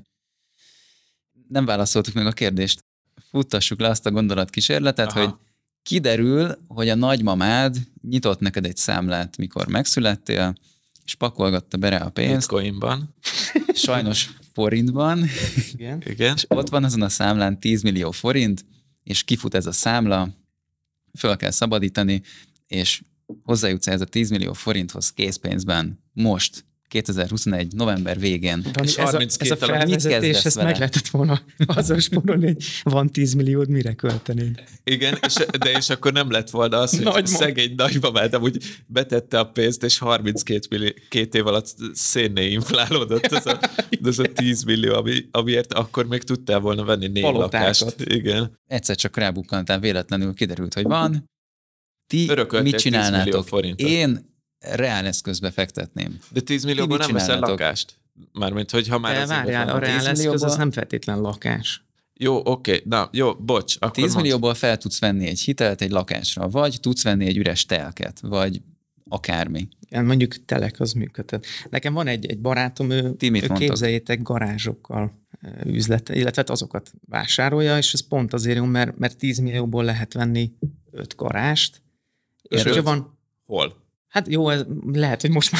Nem válaszoltuk meg a kérdést. Futtassuk le azt a gondolatkísérletet, Aha. hogy kiderül, hogy a nagymamád nyitott neked egy számlát, mikor megszülettél, és pakolgatta be rá a pénzt. Bitcoinban. Sajnos forintban. Igen. Igen. És ott van azon a számlán tíz millió forint, és kifut ez a számla, föl kell szabadítani, és hozzájutsz ez a tíz millió forinthoz készpénzben most, kétezer-huszonegy november végén. Dani, és ez a, ez a felvezetés, ezt meg lehetett volna azzal sporolni, hogy van tíz milliód, mire költenéd. Igen, és, de és akkor nem lett volna az, hogy Nagymam. szegény nagymamád amúgy betette a pénzt, és harminckét millió, két év alatt szénné inflálódott az a, az a tíz millió, ami, amiért akkor még tudtál volna venni négy Palotákat. lakást. Igen. Egyszer csak rábukkantál, véletlenül kiderült, hogy van. Ti Örököltél mit csinálnátok? forintot. Én reál eszközbe fektetném. De tíz millióban nem veszel lakást? Mármint, hogyha már... De várjál, a reál eszköz az nem feltétlen lakás. Jó, oké, okay. Na, jó, bocs. Akkor tíz millióból fel tudsz venni egy hitelt egy lakásra, vagy tudsz venni egy üres telket, vagy akármi. Igen, mondjuk telek az működhet. Nekem van egy, egy barátom, ő, ő képzeljétek garázsokkal üzlet, illetve azokat vásárolja, és ez pont azért jó, mert, mert tíz millióból lehet venni öt garást. És hogyha van... Hol? Hát jó, ez lehet, hogy most már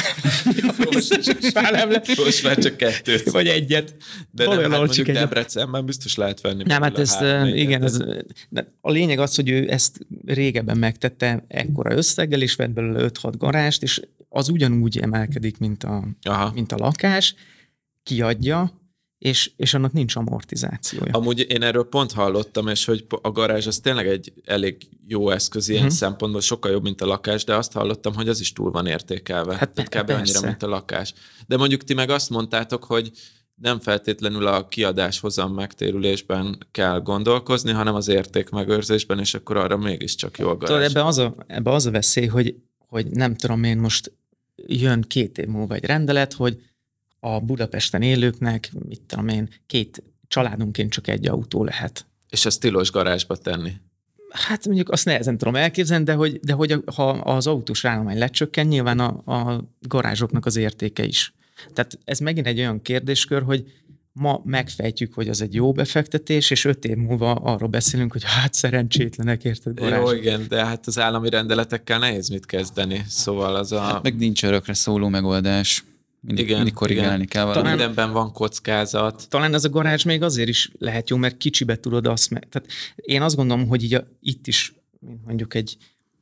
most, most már csak kettőt. Vagy egyet. De nem, hát mondjuk Debrecenben biztos lehet venni. Nem, hát ez, igen, ez, a lényeg az, hogy ő ezt régebben megtette ekkora összeggel, és vett belőle öt-hat garást, és az ugyanúgy emelkedik, mint a, mint a lakás, kiadja, és, és annak nincs amortizációja. Amúgy én erről pont hallottam, és hogy a garázs az tényleg egy elég jó eszköz ilyen hmm. szempontból, sokkal jobb, mint a lakás, de azt hallottam, hogy az is túl van értékelve. Hát Tehát kb. Annyira, mint a lakás. De mondjuk ti meg azt mondtátok, hogy nem feltétlenül a kiadás hozam megtérülésben kell gondolkozni, hanem az érték megőrzésben, és akkor arra mégiscsak jó a garázs. Tudod, ebbe az a, ebbe az a veszély, hogy, hogy nem tudom én most jön két év múlva egy rendelet, hogy a Budapesten élőknek, mit tudom én, két családunként csak egy autó lehet. És ezt tilos garázsba tenni? Hát mondjuk azt nehezen tudom elképzelni, de hogy, de hogy ha az autós állomány lecsökken, nyilván a, a garázsoknak az értéke is. Tehát ez megint egy olyan kérdéskör, hogy ma megfejtjük, hogy az egy jó befektetés, és öt év múlva arról beszélünk, hogy hát szerencsétlenek, érted, garázs. Jó, igen, de hát az állami rendeletekkel nehéz mit kezdeni. Szóval az a... Hát meg nincs örökre szóló megoldás. Mindig, igen, mindig korrigálni kell talán mindenben van kockázat. Talán ez a garázs még azért is lehet jó, mert kicsibe tudod azt meg. Tehát én azt gondolom, hogy így a, itt is mondjuk egy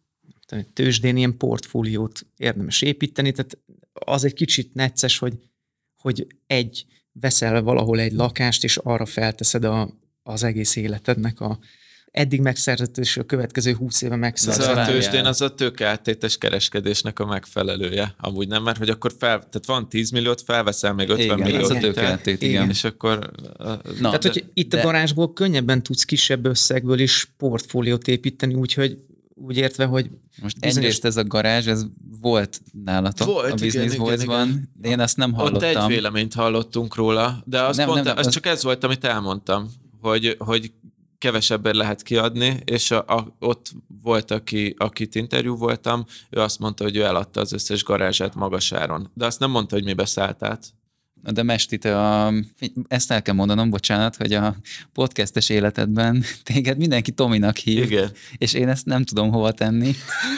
tőzsdén ilyen portfóliót érdemes építeni, tehát az egy kicsit necces, hogy, hogy egy veszel valahol egy lakást, és arra felteszed a, az egész életednek a eddig megszerzett, és a következő húsz éve megszerzett. Az a tőzsdén az a tőkeáttétes kereskedésnek a megfelelője. Amúgy nem, mert hogy akkor fel, tehát van tíz milliót, felveszel még ötven igen, milliót. Ez a tőkeáttét, igen. És akkor... Na, tehát, de, hogy itt de... a garázsból könnyebben tudsz kisebb összegből is portfóliót építeni, úgyhogy úgy értve, hogy... Most bizonyos... egyrészt ez a garázs, ez volt nálatok volt, a Business Boys-ban, de én azt nem hallottam. Ott egy véleményt hallottunk róla, de az, nem, pont, nem, az, az csak ez volt, amit elmondtam, hogy, hogy kevesebben lehet kiadni, és a, a, ott volt, aki, akit interjú voltam, ő azt mondta, hogy ő eladta az összes garázsát magasáron. De azt nem mondta, hogy mibe szállt át. De Mesti, te a, ezt el kell mondanom, bocsánat, hogy a podcastes életedben téged mindenki Tominak hív, igen. És én ezt nem tudom hova tenni.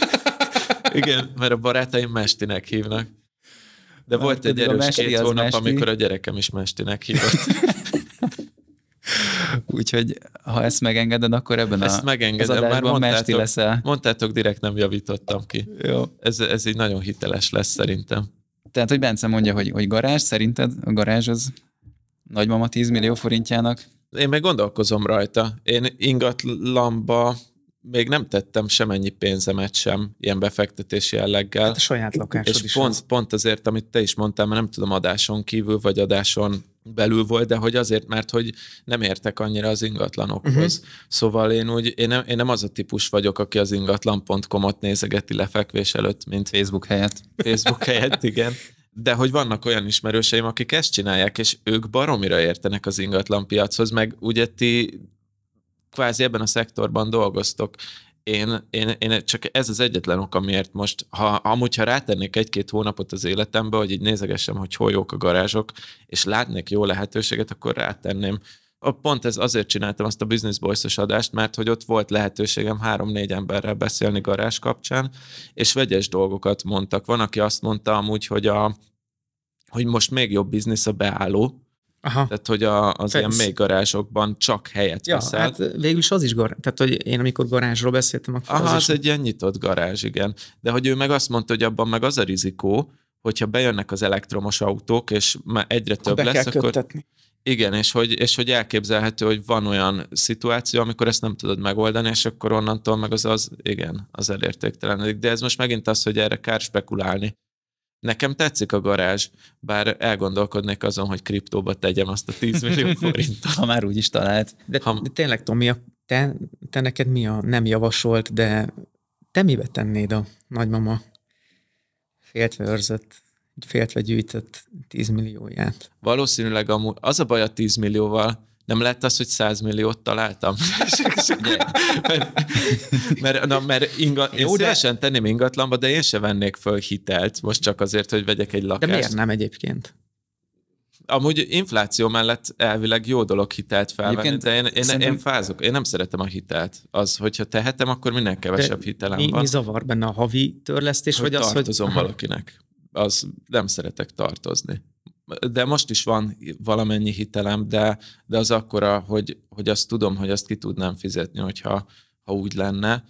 Igen, mert a barátaim Mestinek hívnak. De volt Már egy erős két hónap, Mesti. Amikor a gyerekem is Mestinek hívott. Úgyhogy ha ezt megengeded, akkor ebben ezt a megengedem, az már mondtátok, Mesti leszel. Mondtátok, direkt nem javítottam ki. Jó. Ez, ez így nagyon hiteles lesz szerintem. Tehát, hogy Bence mondja, hogy, hogy garázs, szerinted a garázs az nagymama tíz millió forintjának Én meg gondolkozom rajta. Én ingatlanba még nem tettem semennyi pénzemet sem, ilyen befektetési jelleggel. Hát a saját lakásod és is pont, az. pont azért, amit te is mondtál, mert nem tudom, adáson kívül vagy adáson belül volt, de hogy azért, mert hogy nem értek annyira az ingatlanokhoz. Uh-huh. Szóval én úgy, én nem, én nem az a típus vagyok, aki az ingatlan pont com-ot nézegeti lefekvés előtt, mint Facebook helyett. Facebook helyett, igen. De hogy vannak olyan ismerőseim, akik ezt csinálják, és ők baromira értenek az ingatlan piachoz, meg ugye ti kvázi ebben a szektorban dolgoztok. Én, én, én csak ez az egyetlen ok, amiért most, ha amúgy ha rátennék egy-két hónapot az életembe, hogy így nézegessem, hogy hol jók a garázsok, és látnék jó lehetőséget, akkor rátenném. Pont ez azért csináltam azt a Business Boys-os adást, mert hogy ott volt lehetőségem három-négy emberrel beszélni garázs kapcsán, és vegyes dolgokat mondtak. Van, aki azt mondta amúgy, hogy, a, hogy most még jobb biznisz a beálló, aha. Tehát, hogy a, az Fez. ilyen még garázsokban csak helyet ja, veszel. Hát végül is az is garázs. Tehát, hogy én amikor garázsról beszéltem, akkor aha, az, az is... egy ilyen nyitott garázs, igen. De hogy ő meg azt mondta, hogy abban meg az a rizikó, hogyha bejönnek az elektromos autók, és már egyre több be lesz, kell akkor... köttetni. Igen, és hogy, és hogy elképzelhető, hogy van olyan szituáció, amikor ezt nem tudod megoldani, és akkor onnantól meg az az, igen, az elértéktelenedik. De ez most megint az, hogy erre kár spekulálni. Nekem tetszik a garázs, bár elgondolkodnék azon, hogy kriptóba tegyem azt a tíz millió forintot. Ha már úgy is talált. De, ha... de tényleg, Tomi, te, te neked mi a nem javasolt, de te mibe tennéd a nagymama féltve őrzött, féltve gyűjtött tíz millióját? Valószínűleg amúgy az a baj a tíz millióval, nem lett az, hogy száz milliót találtam? mert mert, na, mert inga, én Jó, szívesen de... tenném ingatlanba, de én se vennék föl hitelt, most csak azért, hogy vegyek egy lakást. De miért nem egyébként? Amúgy infláció mellett elvileg jó dolog hitelt felvenni, egyébként de én, én, szerintem... én fázok. Én nem szeretem a hitelt. Az, hogyha tehetem, akkor minden kevesebb de hitelem mi, van. Mi zavar benne, a havi törlesztés? Hogy vagy az, tartozom hogy... valakinek. Az nem szeretek tartozni. De most is van valamennyi hitelem, de, de az akkora, hogy, hogy azt tudom, hogy azt ki tudnám fizetni, hogyha ha úgy lenne.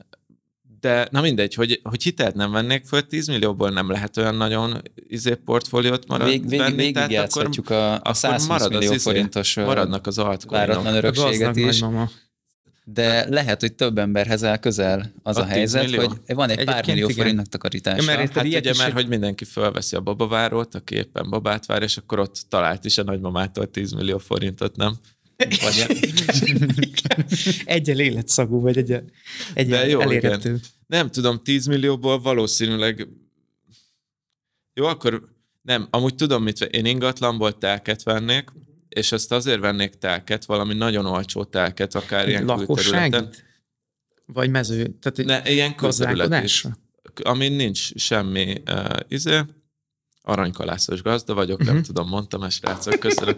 De na mindegy, hogy, hogy hitelt nem vennék föl, tíz millióból nem lehet olyan nagyon izé portfóliót marad vég, vég, venni. Végig játszhatjuk a, a száz húsz millió izé, forintos maradnak az váratlan örökséget is. Nagymama. De lehet, hogy több emberhez áll közel az a, a helyzet, millió. Hogy van egy Egyébként pár millió igen. forint megtakarítása. Ja, mert hát ugye már, hogy mindenki fölveszi a babavárót, aki éppen babát vár, és akkor ott talált is a nagymamától tíz millió forintot, nem? Egyel életszagú, vagy egyel, egyel jó, elérhető. Igen. Nem tudom, tíz millióból valószínűleg... Jó, akkor nem, amúgy tudom, mit én ingatlanból telket vennék, és azt azért vennék telket, valami nagyon olcsó telket, akár ilyen külterületen. Vagy mező? Tehát ne, ilyen külterület is. Amin nincs semmi uh, izé, aranykalászos gazda vagyok, uh-huh. nem tudom, mondtam, és srácok, köszönöm.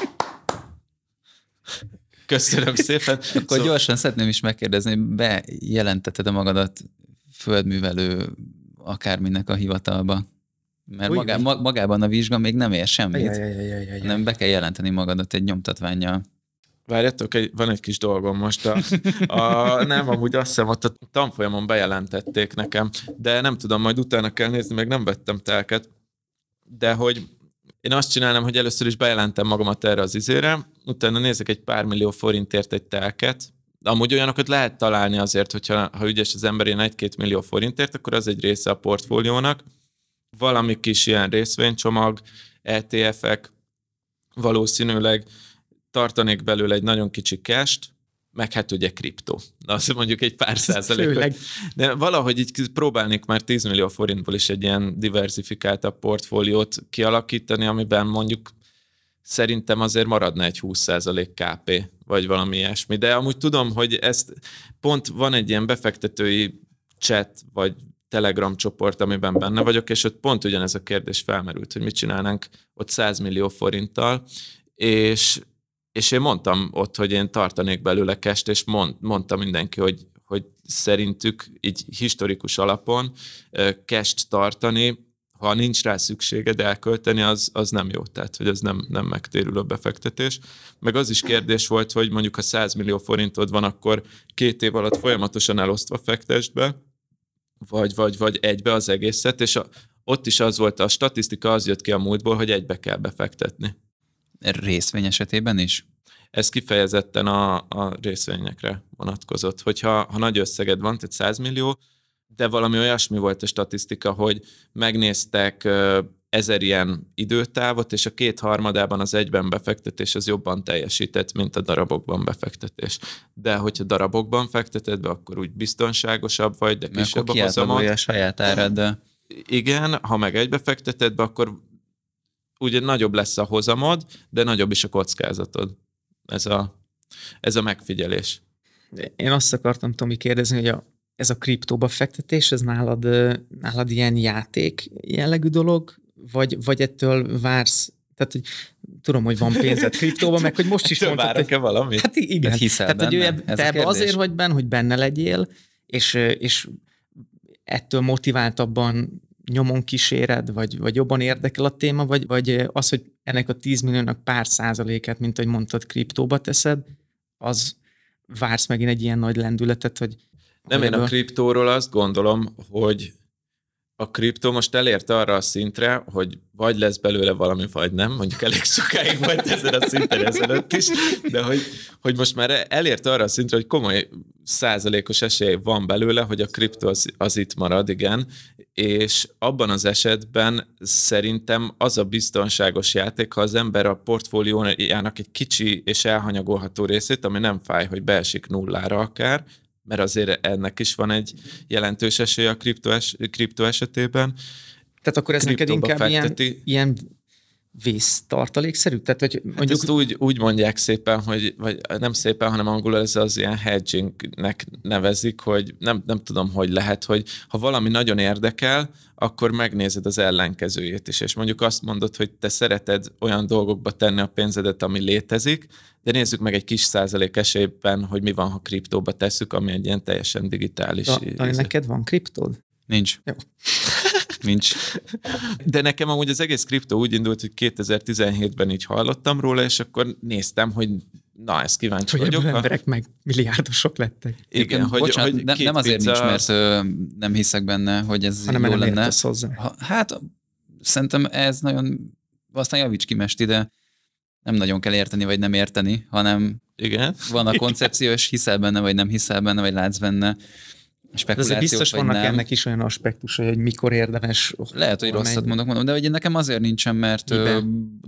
Köszönöm szépen. Akkor szóval... gyorsan szeretném is megkérdezni, bejelentetted-e magadat földművelő akárminek a hivatalba? Mert Uj, magá, magában a vizsga még nem ér semmit, hanem be kell jelenteni magadat egy nyomtatvánnyal. Várjátok, egy, van egy kis dolgom most. A, a, nem, amúgy azt hiszem, ott a tanfolyamon bejelentették nekem, de nem tudom, majd utána kell nézni, meg nem vettem telket. De hogy én azt csinálom, hogy először is bejelentem magamat erre az izére, utána nézek egy pár millió forintért egy telket. Amúgy olyanokat lehet találni azért, hogyha ha ügyes az ember ilyen egy-két millió forintért, akkor az egy része a portfóliónak. Valami kis ilyen részvénycsomag, é té ef-ek, valószínűleg tartanék belőle egy nagyon kicsi cash-t, meg hát ugye kriptó. Azt mondjuk egy pár százalékot. De valahogy így próbálnék már tíz millió forintból is egy ilyen diversifikáltabb portfóliót kialakítani, amiben mondjuk szerintem azért maradna egy húsz százalék ká pé, vagy valami ilyesmi. De amúgy tudom, hogy ezt pont van egy ilyen befektetői chat, vagy Telegram csoport, amiben benne vagyok, és ott pont ugyanez a kérdés felmerült, hogy mit csinálnánk ott száz millió forinttal, és, és én mondtam ott, hogy én tartanék belőle cash-t, és mond, mondta mindenki, hogy, hogy szerintük így historikus alapon cash-t tartani, ha nincs rá szükséged elkölteni, az, az nem jó, tehát hogy ez nem, nem megtérülő befektetés. Meg az is kérdés volt, hogy mondjuk ha száz millió forintod van, akkor két év alatt folyamatosan elosztva fektesd be, vagy, vagy, vagy egybe az egészet, és a, ott is az volt, a statisztika az jött ki a múltból, hogy egybe kell befektetni. Részvény esetében is? Ez kifejezetten a, a részvényekre vonatkozott. Hogyha ha nagy összeged van, tehát száz millió, de valami olyasmi volt a statisztika, hogy megnéztek ezer ilyen időtávot, és a kétharmadában az egyben befektetés az jobban teljesített, mint a darabokban befektetés. De hogyha darabokban fekteted be, akkor úgy biztonságosabb vagy, de kisebb a hozamod. a saját árad, de... Igen, ha meg egybe fekteted be, akkor ugye nagyobb lesz a hozamod, de nagyobb is a kockázatod. Ez a, ez a megfigyelés. Én azt akartam, Tomi, kérdezni, hogy a, ez a kriptóba fektetés, ez nálad, nálad ilyen játék jellegű dolog, vagy, vagy ettől vársz, tehát hogy tudom, hogy van pénzed kriptóban, meg hogy most is mondtad, várok-e valamit? Hát igen. Hát hiszel tehát, benne? hogy Ez te ebbe azért vagy benne, hogy benne legyél, és, és ettől motiváltabban nyomon kíséred, vagy, vagy jobban érdekel a téma, vagy, vagy az, hogy ennek a tíz milliónak pár százalékát, mint ahogy mondtad, kriptóba teszed, az vársz megint egy ilyen nagy lendületet, hogy... Nem, hogy én ebből... a kriptóról azt gondolom, hogy a kriptó most elért arra a szintre, hogy vagy lesz belőle valami, vagy nem, mondjuk elég sokáig volt ezen a szinten ezelőtt is, de hogy, hogy most már elért arra a szintre, hogy komoly százalékos esély van belőle, hogy a kriptó az, az itt marad, igen, és abban az esetben szerintem az a biztonságos játék, ha az ember a portfóliójának egy kicsi és elhanyagolható részét, ami nem fáj, hogy beesik nullára akár, mert azért ennek is van egy jelentős esély a kriptó, es, kriptó esetében. Tehát akkor ez neked inkább ilyen, ilyen vésztartalékszerű? Tehát, hogy mondjuk... Hát ezt úgy, úgy mondják szépen, hogy, vagy nem szépen, hanem angolul ez az ilyen hedgingnek nevezik, hogy nem, nem tudom, hogy lehet, hogy ha valami nagyon érdekel, akkor megnézed az ellenkezőjét is, és mondjuk azt mondod, hogy te szereted olyan dolgokba tenni a pénzedet, ami létezik, de nézzük meg egy kis százalék esélyben, hogy mi van, ha kriptóba tesszük, ami egy ilyen teljesen digitális... Da, Dani, neked van kriptód? Nincs. Jó. Nincs. De nekem amúgy az egész kriptó úgy indult, hogy kétezer-tizenhétben így hallottam róla, és akkor néztem, hogy na, ezt kíváncsi hogy vagyok. Hogy emberek meg milliárdosok lettek. Igen, hogy, bocsánat, hogy ne, nem azért pizza... nincs, mert ö, nem hiszek benne, hogy ez hanem jó nem lenne. hozzá. Ha, hát szerintem ez nagyon, aztán javíts ki, Mesti, de nem nagyon kell érteni, vagy nem érteni, hanem igen. van a koncepció, és hiszel benne, vagy nem hiszel benne, vagy látsz benne spekulációt, biztos vagy vannak nem. ennek is olyan aspektusai, hogy mikor érdemes... Lehet, hogy rosszat menj. mondok, mondom, de hogy nekem azért nincsen, mert ö,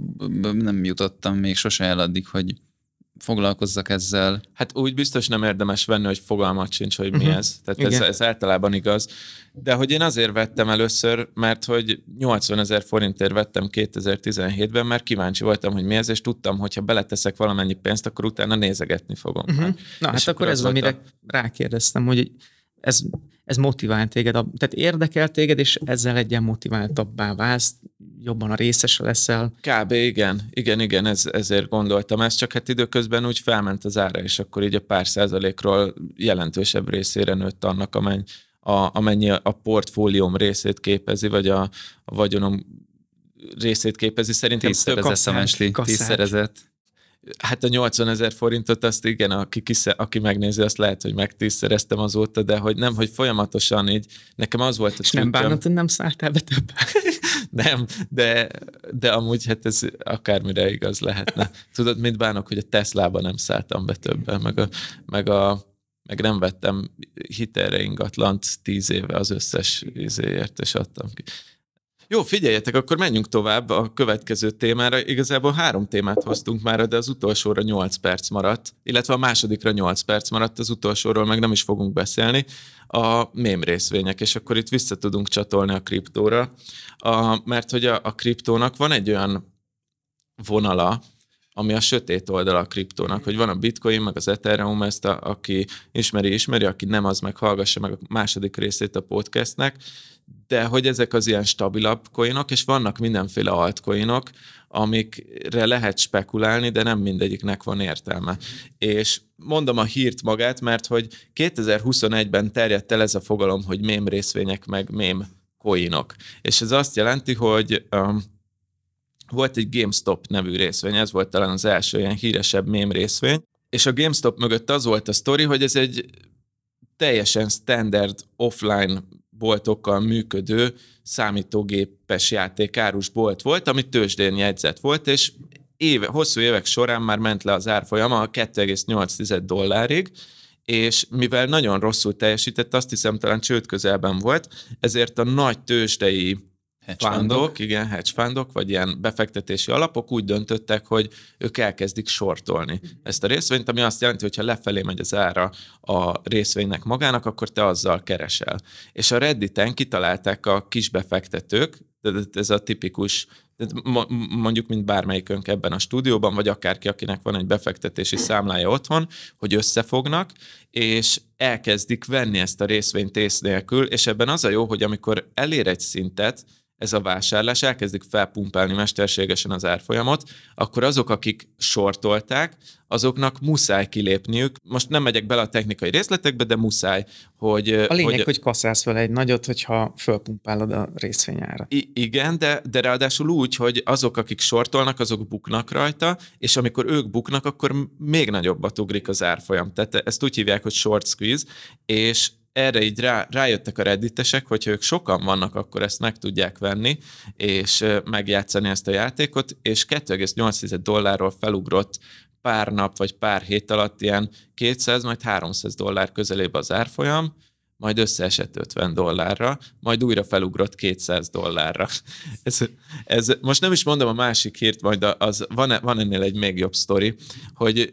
nem jutottam még sose el addig, hogy foglalkozzak ezzel. Hát úgy biztos nem érdemes venni, hogy fogalmat sincs, hogy mi uh-huh. ez. Tehát ez, ez általában igaz. De hogy én azért vettem először, mert hogy nyolcvanezer forintért vettem kétezer-tizenhétben, mert kíváncsi voltam, hogy mi ez, és tudtam, hogy ha beleteszek valamennyi pénzt, akkor utána nézegetni fogom. Uh-huh. Már. Na, és hát akkor ez, amire a... rákérdeztem, hogy ez, ez motivál téged, tehát érdekel téged, és ezzel egyen motiváltabbá válsz, jobban a részese leszel. Kb. igen, igen, igen, ez, ezért gondoltam ezt, csak hát időközben úgy felment az ára, és akkor így a pár százalékról jelentősebb részére nőtt annak, amennyi a, amennyi a portfólióm részét képezi, vagy a, a vagyonom részét képezi. Szerintem tízszerezett a Mesti, tízszerezett. Hát a nyolcvanezer forintot azt igen, aki, kisze, aki megnézi, azt lehet, hogy megtízszereztem azóta, de hogy nem, hogy folyamatosan így, nekem az volt a És nem bánod, hogy nem szálltál be több? Nem, de, de amúgy hát ez akármire igaz lehetne. Tudod, mit bánok, hogy a Teslában nem szálltam be többen, meg, a, meg, a, meg nem vettem hitelre ingatlant tíz éve az összes izéért, és adtam ki. Jó, figyeljetek, akkor menjünk tovább a következő témára. Igazából három témát hoztunk már, de az utolsóra nyolc perc maradt, illetve a másodikra nyolc perc maradt, az utolsóról meg nem is fogunk beszélni, a mém részvények, és akkor itt vissza tudunk csatolni a kriptóra, a, mert hogy a, a kriptónak van egy olyan vonala, ami a sötét oldala a kriptónak, hogy van a Bitcoin, meg az Ethereum, ezt a, aki ismeri, ismeri, aki nem, az meg hallgassa meg a második részét a podcastnek, de hogy ezek az ilyen stabilabb coinok, és vannak mindenféle altcoinok, amikre lehet spekulálni, de nem mindegyiknek van értelme. És mondom a hírt magát, mert hogy kétezer-huszonegyben terjedt el ez a fogalom, hogy mém részvények, meg mém coinok. És ez azt jelenti, hogy um, volt egy GameStop nevű részvény, ez volt talán az első ilyen híresebb mém részvény, és a GameStop mögött az volt a sztori, hogy ez egy teljesen standard offline boltokkal működő számítógépes játékárus bolt volt, ami tőzsdén jegyzett volt, és éve, hosszú évek során már ment le az árfolyama a kettő egész nyolc dollárig, és mivel nagyon rosszul teljesített, azt hiszem talán csőd közelben volt, ezért a nagy tőzsdei fundok, igen, hedge fundok, vagy ilyen befektetési alapok úgy döntöttek, hogy ők elkezdik sortolni ezt a részvényt, ami azt jelenti, hogy ha lefelé megy az ára a részvénynek magának, akkor te azzal keresel. És a Redditen kitalálták a kis befektetők, ez a tipikus, mondjuk mint bármelyikünk ebben a stúdióban, vagy akárki, akinek van egy befektetési számlája otthon, hogy összefognak, és elkezdik venni ezt a részvényt ész nélkül, és ebben az a jó, hogy amikor elér egy szintet, ez a vásárlás, elkezdik felpumpálni mesterségesen az árfolyamot, akkor azok, akik sortolták, azoknak muszáj kilépniük. Most nem megyek bele a technikai részletekbe, de muszáj, hogy... A lényeg, hogy, hogy kasszálsz vele egy nagyot, hogyha fölpumpálod a részvényárat. I- igen, de, de ráadásul úgy, hogy azok, akik sortolnak, azok buknak rajta, és amikor ők buknak, akkor még nagyobbat ugrik az árfolyam. Tehát ezt úgy hívják, hogy short squeeze, és erre így rá, rájöttek a redditesek, hogyha ők sokan vannak, akkor ezt meg tudják venni, és megjátszani ezt a játékot, és kettő egész nyolc dollárról felugrott pár nap, vagy pár hét alatt ilyen kétszáz, majd háromszáz dollár közelébe az árfolyam, majd összeesett ötven dollárra, majd újra felugrott kétszáz dollárra. Ez, ez, most nem is mondom a másik hírt, majd az, van, van ennél egy még jobb sztori, hogy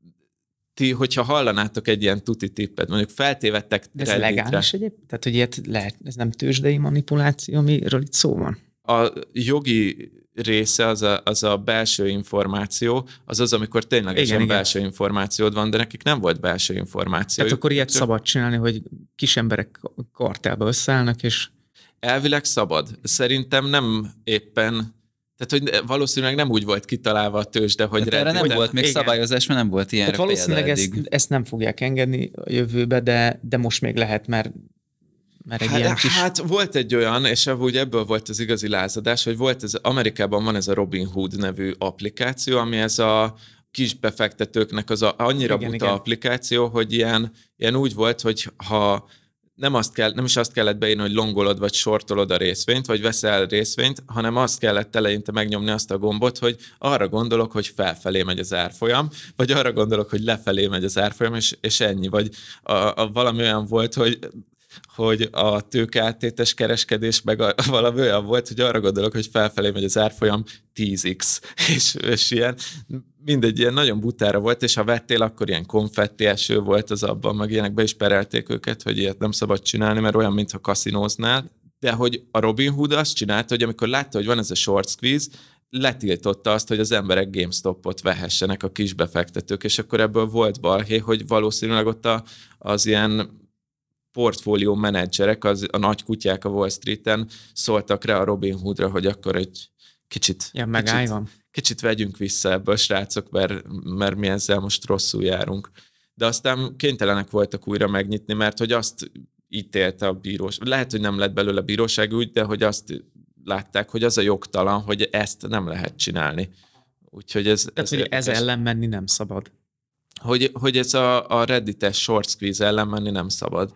ti, hogyha hallanátok egy ilyen tuti tippet, mondjuk feltévettek de ez Redditre. legális egyébként? Tehát, hogy ilyet lehet, ez nem tőzsdei manipuláció, amiről itt szó van? A jogi része, az a, az a belső információ, az az, amikor ténylegesen igen, belső igen. információd van, de nekik nem volt belső információ. Tehát akkor ilyet szabad csinálni, hogy kis emberek kartelbe összeállnak, és... Elvileg szabad. Szerintem nem éppen... Tehát, hogy valószínűleg nem úgy volt kitalálva a tőzsde, hogy... Hát erre nem volt még igen. szabályozás, mert nem volt ilyen. Tehát valószínűleg ezt, ezt nem fogják engedni a jövőbe, de, de most még lehet, mert, mert egy hát, ilyen kis... Hát volt egy olyan, és úgy ebből volt az igazi lázadás, hogy volt ez, Amerikában van ez a Robinhood nevű applikáció, ami ez a kis befektetőknek az a, annyira igen, buta igen. applikáció, hogy ilyen, ilyen úgy volt, hogy ha... Nem, azt kell, nem is azt kellett beírni, hogy longolod vagy sortolod a részvényt, vagy veszel részvényt, hanem azt kellett eleinte megnyomni azt a gombot, hogy arra gondolok, hogy felfelé megy az árfolyam, vagy arra gondolok, hogy lefelé megy az árfolyam, és, és ennyi. Vagy a, a, valami olyan volt, hogy hogy a tőkeáttétes kereskedés meg a, valami olyan volt, hogy arra gondolok, hogy felfelé megy az árfolyam tíz x, és, és ilyen, mindegy, ilyen nagyon butára volt, és ha vettél, akkor ilyen konfetti eső volt az abban, meg ilyenek be is perelték őket, hogy ilyet nem szabad csinálni, mert olyan, mintha kaszinóznál. De hogy a Robinhood azt csinálta, hogy amikor látta, hogy van ez a short squeeze, letiltotta azt, hogy az emberek GameStopot vehessenek a kisbefektetők, és akkor ebből volt balhé, hogy valószínűleg ott a, az ilyen portfólió menedzserek, az, a nagy kutyák a Wall Streeten szóltak rá a Robinhoodra, hogy akkor egy kicsit, ja, kicsit, kicsit vegyünk vissza ebből, srácok, mert, mert mi ezzel most rosszul járunk. De aztán kénytelenek voltak újra megnyitni, mert hogy azt ítélte a bíróság. Lehet, hogy nem lett belőle bíróság úgy, de hogy azt látták, hogy az a jogtalan, hogy ezt nem lehet csinálni. Úgyhogy ez... Tehát, ez hogy ez ellen menni nem szabad. Hogy, hogy ez a, a reddites short squeeze ellen menni nem szabad.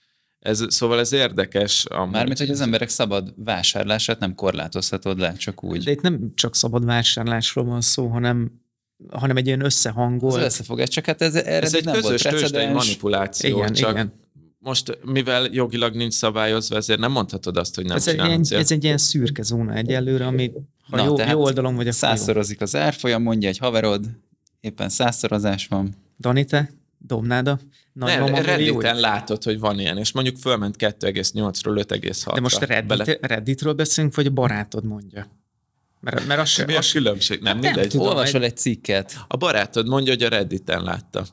Ez, szóval ez érdekes. Mármint, hogy az emberek szabad vásárlását nem korlátozhatod le, csak úgy. De itt nem csak szabad vásárlásról van szó, hanem, hanem egy ilyen összehangolt... Az összefogás, csak hát ez, erre ez egy nem közös volt tőzsdei manipuláció. Igen, csak igen. Most, mivel jogilag nincs szabályozva, ezért nem mondhatod azt, hogy nem ez csinálod. Egy ilyen, ez egy ilyen szürke zóna egyelőre, ami ha Na, jó, jó oldalon vagy a százszorozik az árfolyam, mondja egy haverod, éppen százszorozás van. Dani, te dobnád a Nem, Redditen látod, hogy van ilyen, és mondjuk fölment kettő egész nyolcról öt egész hatra. De most Reddit, Bele... Redditről beszélünk, vagy a barátod mondja? Mert, mert az se, Mi a az különbség? Nem, nem mindegy. tudom, olvasol egy cikket. A barátod mondja, hogy a Redditen látta.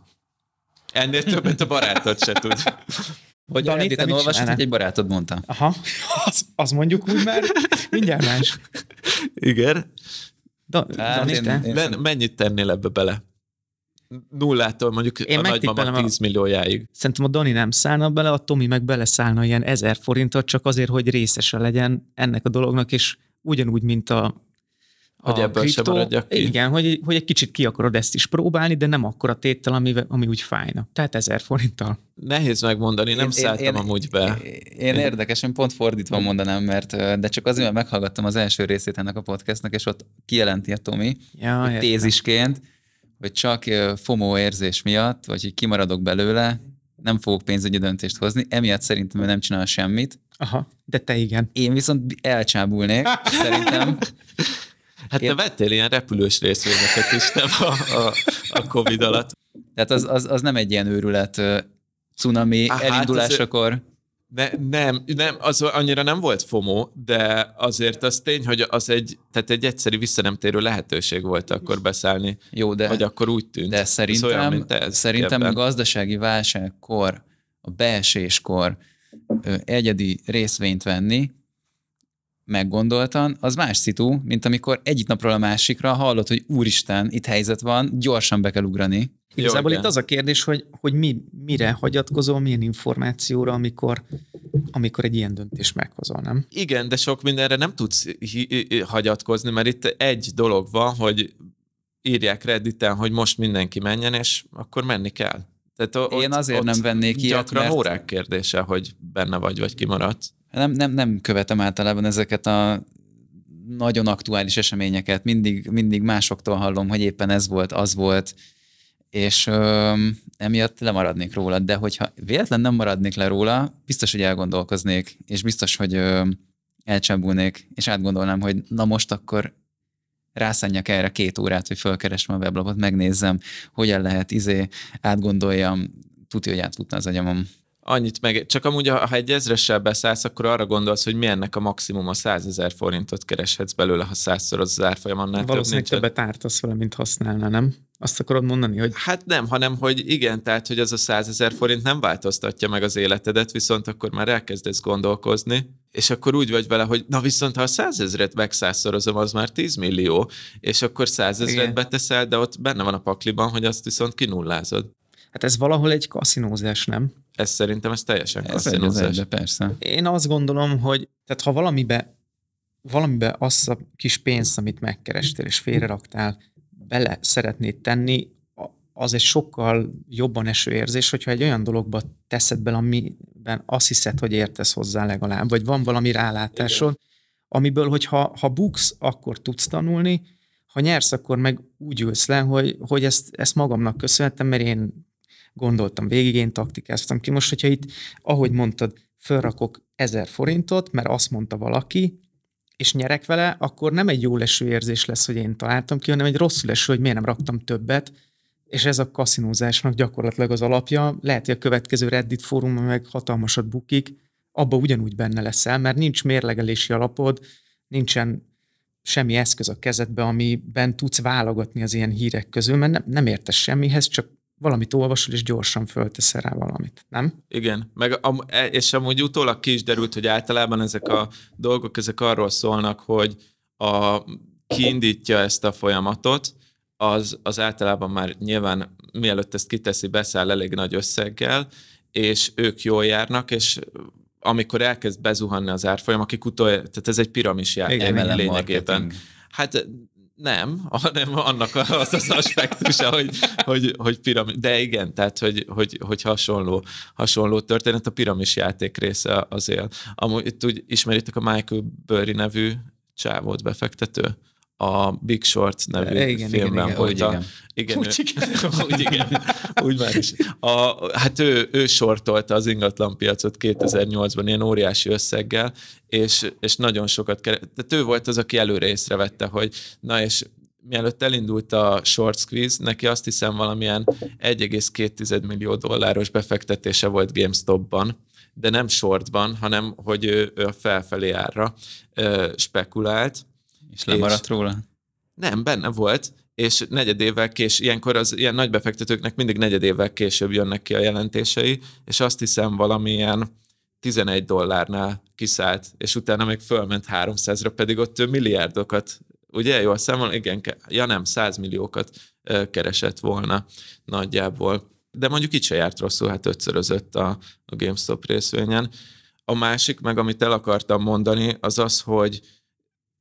Ennél többet a barátod se tud. Hogy Dani, a Redditen olvasod, hogy egy barátod mondta. Aha, az, az mondjuk úgy már mindjárt más. Igen. Da, hát, Dani, én, te? én Men, mennyit tennél ebbe bele? Nullától mondjuk én a nagymama tíz milliójáig. Szerintem a Dani nem szállna bele, a Tomi meg beleszállna ilyen ezer forintot, csak azért, hogy részese legyen ennek a dolognak, és ugyanúgy, mint a Hogy ebből sem maradjak ki. Igen, hogy, hogy egy kicsit ki akarod ezt is próbálni, de nem akkora téttel, ami, ami úgy fájna. Tehát ezer forinttal. Nehéz megmondani, nem én, szálltam én, amúgy be. Én, én érdekesen pont fordítva mondanám, mert de csak azért, mert meghallgattam az első részét ennek a podcastnak, és ott kijelenti a Tomi, ja, hogy tézisként, hogy csak FOMO érzés miatt, vagy hogy kimaradok belőle, nem fogok pénzügyi döntést hozni, emiatt szerintem ő nem csinál semmit. Aha, de te igen. Én viszont elcsábulnék, szerintem. Hát én... te vettél ilyen repülős részvényeket is, nem a, a, a Covid alatt. Tehát az, az, az nem egy ilyen őrület cunami ah, elindulásakor. Hát ne, nem, nem, az annyira nem volt FOMO, de azért az tény, hogy az egy, tehát egy egyszerű visszanemtérő lehetőség volt akkor beszállni. Jó, de, vagy akkor úgy tűnt. De szerintem, olyan, mint ez, szerintem a gazdasági válságkor, a beeséskor egyedi részvényt venni, meggondoltan, az más szitu, mint amikor egyik napról a másikra hallod, hogy úristen, itt helyzet van, gyorsan be kell ugrani. Igazából itt az a kérdés, hogy, hogy mi, mire hagyatkozol, milyen információra, amikor, amikor egy ilyen döntést meghozol, nem? Igen, de sok mindenre nem tudsz hi- hagyatkozni, mert itt egy dolog van, hogy írják Redditen, hogy most mindenki menjen, és akkor menni kell. Tehát ott, Én azért ott nem vennék ilyet, gyakran mert... órák kérdése, hogy benne vagy, vagy kimaradsz. Nem, nem, nem követem általában ezeket a nagyon aktuális eseményeket. Mindig, mindig másoktól hallom, hogy éppen ez volt, az volt, és ö, emiatt lemaradnék róla. De hogyha véletlen nem maradnék le róla, biztos, hogy elgondolkoznék, és biztos, hogy ö, elcsábulnék, és átgondolnám, hogy na most akkor rászánjak erre két órát, hogy fölkeresem a weblapot, megnézzem, hogyan lehet izé, átgondoljam, tudja, hogy átfutna az agyamon. Annyit meg, csak amúgy, ha egy ezressel beszállsz, akkor arra gondolsz, hogy milyennek a maximum a százezer forintot kereshetsz belőle, ha százszor az árfolyam annál több. Valószínűleg többet ártasz vele, mint használna, nem? Azt akarod mondani, hogy... Hát nem, hanem, hogy igen, tehát, hogy az a százezer forint nem változtatja meg az életedet, viszont akkor már elkezdesz gondolkozni, és akkor úgy vagy vele, hogy na viszont, ha a százezret megszázszorozom, az már tíz millió, és akkor százezret beteszel, de ott benne van a pakliban, hogy azt viszont kinullázod. Hát ez valahol egy kaszinózás, nem? Ez szerintem ez teljesen ez kaszinózás. Egy, persze. Én azt gondolom, hogy tehát ha valamibe, valamibe azt a kis pénzt, amit megkerestél és félreraktál, bele szeretnéd tenni, az egy sokkal jobban eső érzés, hogyha egy olyan dologba teszed bele, amiben azt hiszed, hogy értesz hozzá legalább, vagy van valami rálátásod, igen, amiből, hogyha ha buksz, akkor tudsz tanulni, ha nyersz, akkor meg úgy ülsz le, hogy, hogy ezt, ezt magamnak köszönhetem, mert én gondoltam végig, én taktikáztam ki. Most, hogyha itt, ahogy mondtad, fölrakok ezer forintot, mert azt mondta valaki, és nyerek vele, akkor nem egy jól eső érzés lesz, hogy én találtam ki, hanem egy rosszul eső, hogy miért nem raktam többet, és ez a kaszinózásnak gyakorlatilag az alapja. Lehet, hogy a következő Reddit fórumon meg hatalmasat bukik, abba ugyanúgy benne leszel, mert nincs mérlegelési alapod, nincsen semmi eszköz a kezedbe, amiben tudsz válogatni az ilyen hírek közül, mert nem, nem értesz semmihez, csak valamit olvasol, és gyorsan fölteszel rá valamit, nem? Igen, meg am, és amúgy utólag ki is derült, hogy általában ezek a dolgok, ezek arról szólnak, hogy a, ki indítja ezt a folyamatot, az, az általában már nyilván mielőtt ezt kiteszi, beszáll elég nagy összeggel, és ők jól járnak, és amikor elkezd bezuhanni az árfolyam, akik utol, tehát ez egy piramis játék lényegében. Hát nem, hanem annak az az aspektusa, hogy, hogy, hogy piramis, de igen, tehát hogy, hogy, hogy hasonló, hasonló történet, a piramis játék része az él. Amúgy itt úgy ismeritek a Michael Burry nevű csávót, befektető? A Big Short nevű igen, filmben igen, volt. Igen, a, igen, úgy, ő, úgy igen. Úgy már is. A, hát ő, ő sortolta az ingatlanpiacot kétezer-nyolcban ilyen óriási összeggel, és, és nagyon sokat keresett. Tehát ő volt az, aki előre észrevette, hogy na és mielőtt elindult a short squeeze, neki azt hiszem valamilyen egy egész két millió dolláros befektetése volt GameStopban, de nem shortban, hanem hogy ő, ő a felfelé árra ö, spekulált. És lemaradt és róla? Nem, benne volt, és negyed évvel később, ilyenkor az ilyen nagy befektetőknek mindig negyed évvel később jönnek ki a jelentései, és azt hiszem valamilyen tizenegy dollárnál kiszállt, és utána még fölment háromszázra, pedig ott ő milliárdokat, ugye jól számol? Igen, ja nem, százmilliókat keresett volna nagyjából. De mondjuk itt se járt rosszul, hát ötszörözött a, a GameStop részvényen. A másik, meg amit el akartam mondani, az az, hogy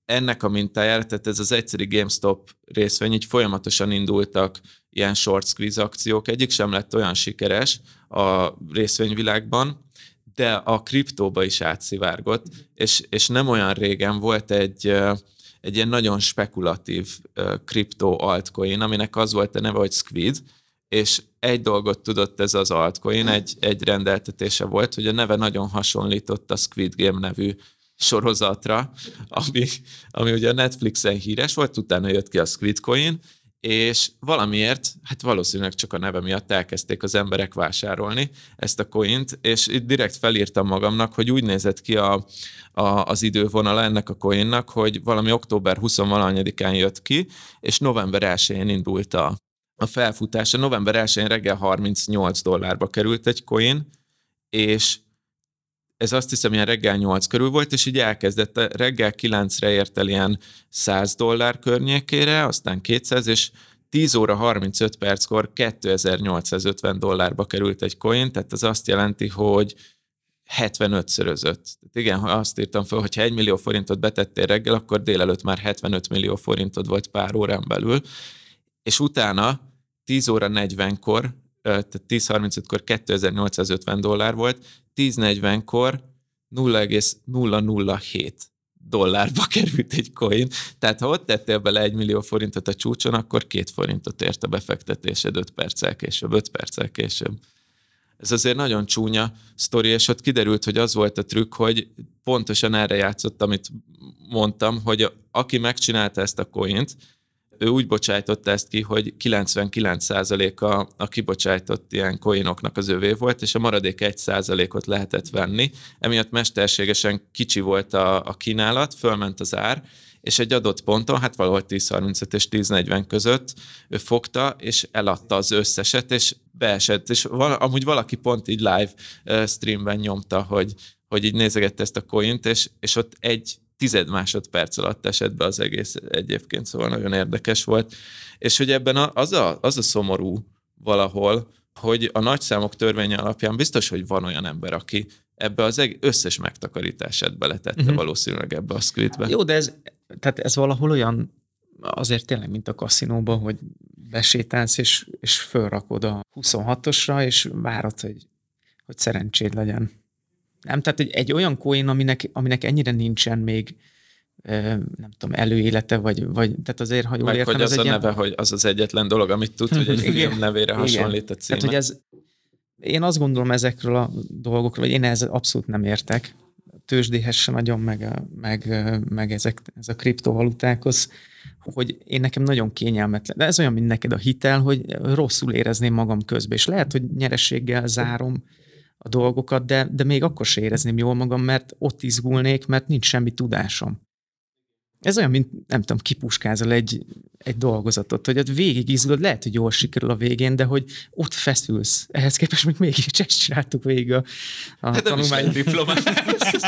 ennek a mintájára, tehát ez az egyszeri GameStop részvény, így folyamatosan indultak ilyen short squeeze akciók, egyik sem lett olyan sikeres a részvényvilágban, de a kriptóba is átszivárgott, és, és nem olyan régen volt egy, egy ilyen nagyon spekulatív kriptó altcoin, aminek az volt a neve, hogy Squid, és egy dolgot tudott ez az altcoin, egy, egy rendeltetése volt, hogy a neve nagyon hasonlított a Squid Game nevű sorozatra, ami, ami ugye a Netflixen híres volt, utána jött ki a Squid Coin, és valamiért, hát valószínűleg csak a neve miatt elkezdték az emberek vásárolni ezt a coint, és itt direkt felírtam magamnak, hogy úgy nézett ki a, a, az idővonala ennek a coinnak, hogy valami október huszonvalahanyadikán jött ki, és november elsején indult a, a felfutása. November elsején reggel harmincnyolc dollárba került egy coin, és ez azt hiszem, ilyen reggel nyolc körül volt, és így elkezdett, reggel kilencre ért el ilyen száz dollár környékére, aztán kétszáz, és tíz óra harmincöt perckor kétezer-nyolcszázötven dollárba került egy coin, tehát az azt jelenti, hogy hetvenötszörözött. Tehát igen, ha azt írtam fel, hogy ha egy millió forintot betettél reggel, akkor délelőtt már hetvenöt millió forintod volt pár órán belül, és utána tíz óra negyvenkor, tehát tíz harmincötkor kétezer-nyolcszázötven dollár volt, tíz negyvenkor nulla egész nulla nulla hét dollárba került egy coin. Tehát ha ott tettél bele egy millió forintot a csúcson, akkor két forintot ért a befektetésed öt perccel később, öt perccel később. Ez azért nagyon csúnya sztori, és ott kiderült, hogy az volt a trükk, hogy pontosan erre játszott, amit mondtam, hogy aki megcsinálta ezt a coint, ő úgy bocsájtotta ezt ki, hogy kilencvenkilenc százaléka a kibocsájtott ilyen coinoknak az övé volt, és a maradék egy százalékot lehetett venni. Emiatt mesterségesen kicsi volt a, a kínálat, fölment az ár, és egy adott ponton, hát valahol tíz harmincöt és tíz negyven között ő fogta, és eladta az összeset, és beesett. És val- amúgy valaki pont így live uh, streamben nyomta, hogy, hogy így nézegette ezt a coint, és, és ott egy tized másodperc alatt esett be az egész egyébként, szóval nagyon érdekes volt. És hogy ebben a, az, a, az a szomorú valahol, hogy a nagyszámok törvénye alapján biztos, hogy van olyan ember, aki ebbe az egész, összes megtakarítását beletette uh-huh. valószínűleg ebbe a Squidbe. Jó, de ez, tehát ez valahol olyan azért tényleg, mint a kaszinóban, hogy besétálsz, és, és fölrakod a huszonhatosra, és várod, hogy, hogy szerencséd legyen. Nem, tehát egy, egy olyan coin, aminek, aminek ennyire nincsen még nem tudom, előélete, vagy, vagy tehát azért, ha jól meg, értem, hogy az, az a egy neve, ilyen... hogy az az egyetlen dolog, amit tud, hogy egy film nevére hasonlít a címe. Tehát, hogy ez, én azt gondolom ezekről a dolgokról, hogy én ezzel abszolút nem értek. Tőzsdéhez se nagyon, meg, meg, meg ezek, ez a kriptovalutákhoz, hogy én nekem nagyon kényelmetlen. De ez olyan, mint neked a hitel, hogy rosszul érezném magam közben, és lehet, hogy nyerességgel zárom a dolgokat, de, de még akkor se érezném jól magam, mert ott izgulnék, mert nincs semmi tudásom. Ez olyan, mint nem tudom, kipuskázol egy, egy dolgozatot, hogy ott végig izgulod, lehet, hogy jól sikerül a végén, de hogy ott feszülsz. Ehhez képest még mégis ezt csináltuk végig a, a hát tanulmány. diplomát.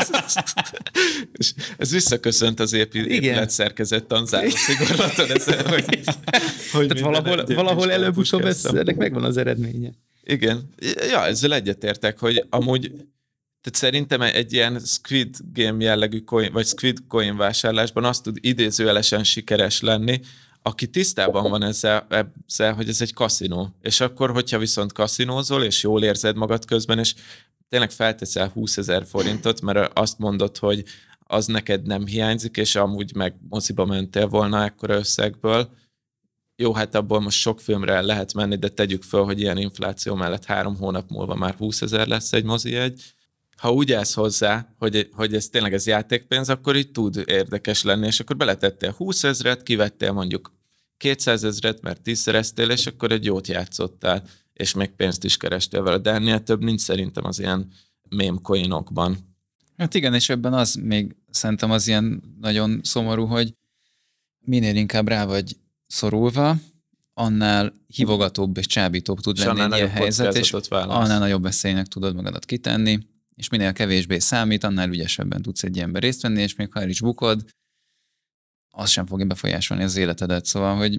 Ez visszaköszönt az épületszerkezet tanzáró szigorlaton ezen, hogy, hogy tehát valahol, valahol előbb-utóbb ennek megvan az eredménye. Igen. Ja, ezzel egyetértek, hogy amúgy tehát szerintem egy ilyen Squid Game jellegű coin, vagy Squid Coin vásárlásban azt tud idézőjelesen sikeres lenni, aki tisztában van ezzel, ezzel, hogy ez egy kaszinó. És akkor, hogyha viszont kaszinózol, és jól érzed magad közben, és tényleg felteszel húszezer forintot, mert azt mondod, hogy az neked nem hiányzik, és amúgy meg moziba mentél volna ekkora összegből. Jó, hát abból most sok filmre lehet menni, de tegyük föl, hogy ilyen infláció mellett három hónap múlva már húszezer lesz egy mozijegy. Ha úgy állsz hozzá, hogy, hogy ez tényleg ez játékpénz, akkor így tud érdekes lenni, és akkor beletettél húszezret, kivettél mondjuk kétszázezret, mert tízszereztél, és akkor egy jót játszottál, és még pénzt is kerestél vele, de ennél több nincs szerintem az ilyen meme coinokban. Hát igen, és ebben az még szerintem az ilyen nagyon szomorú, hogy minél inkább rá vagy szorulva, annál hívogatóbb és csábítóbb tud lenni egy ilyen helyzet, és válasz. Annál nagyobb veszélynek tudod magadat kitenni, és minél kevésbé számít, annál ügyesebben tudsz egy ilyenben részt venni, és még ha el is bukod, az sem fogja befolyásolni az életedet. Szóval, hogy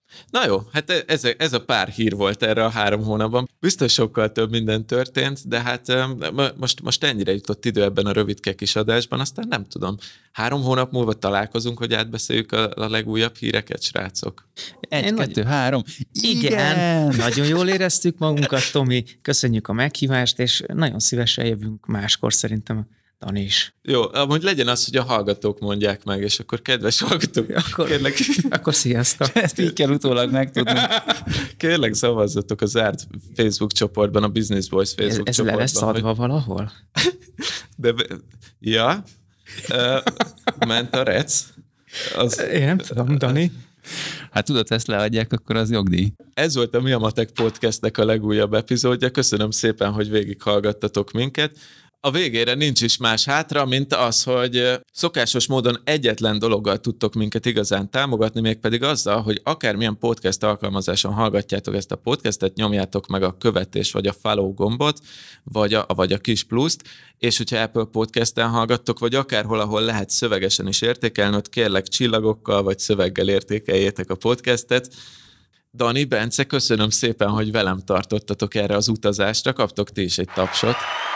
Na jó, hát ez, ez a pár hír volt erre a három hónapban. Biztos sokkal több minden történt, de hát most, most ennyire jutott idő ebben a rövidke kis adásban, aztán nem tudom. Három hónap múlva találkozunk, hogy átbeszéljük a, a legújabb híreket, srácok. Egy, Én kettő, nagy... három. Igen. Igen! Nagyon jól éreztük magunkat, Tomi. Köszönjük a meghívást, és nagyon szívesen jövünk máskor szerintem. Dani is. Jó, amúgy legyen az, hogy a hallgatók mondják meg, és akkor kedves hallgatók, akkor, kérlek... akkor sziasztok. Ezt így kell utólag megtudni. Kérlek szavazzatok a zárt Facebook csoportban, a Business Boys Facebook ez, ez csoportban. Ez le lesz adva hogy... valahol? De, ja, uh, ment a rec. Az... Én nem tudom, Dani. Hát tudod, ezt leadják, akkor az jogdíj. Ez volt a Mi a Matek Podcastnek a legújabb epizódja. Köszönöm szépen, hogy végighallgattatok minket. A végére nincs is más hátra, mint az, hogy szokásos módon egyetlen dologgal tudtok minket igazán támogatni, mégpedig azzal, hogy akármilyen podcast alkalmazáson hallgatjátok ezt a podcastet, nyomjátok meg a követés vagy a follow gombot, vagy a, vagy a kis pluszt, és hogyha Apple Podcasten hallgattok, vagy akárhol, ahol lehet szövegesen is értékelni, ott kérlek csillagokkal vagy szöveggel értékeljétek a podcastet. Dani, Bence, köszönöm szépen, hogy velem tartottatok erre az utazásra, kaptok ti is egy tapsot.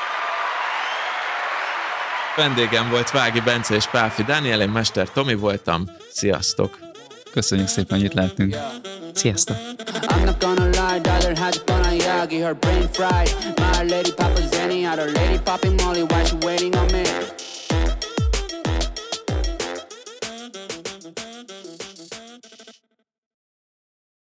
Vendégem volt Vági Bence és Pálfi Dániel, én Mester Tomi voltam. Sziasztok! Köszönjük szépen, hogy itt lehetünk. Sziasztok! I'm not gonna lie, dollar has gone on Yagi, her brain fried. My lady Papa Zenny, had her lady popping Molly while she waiting on me.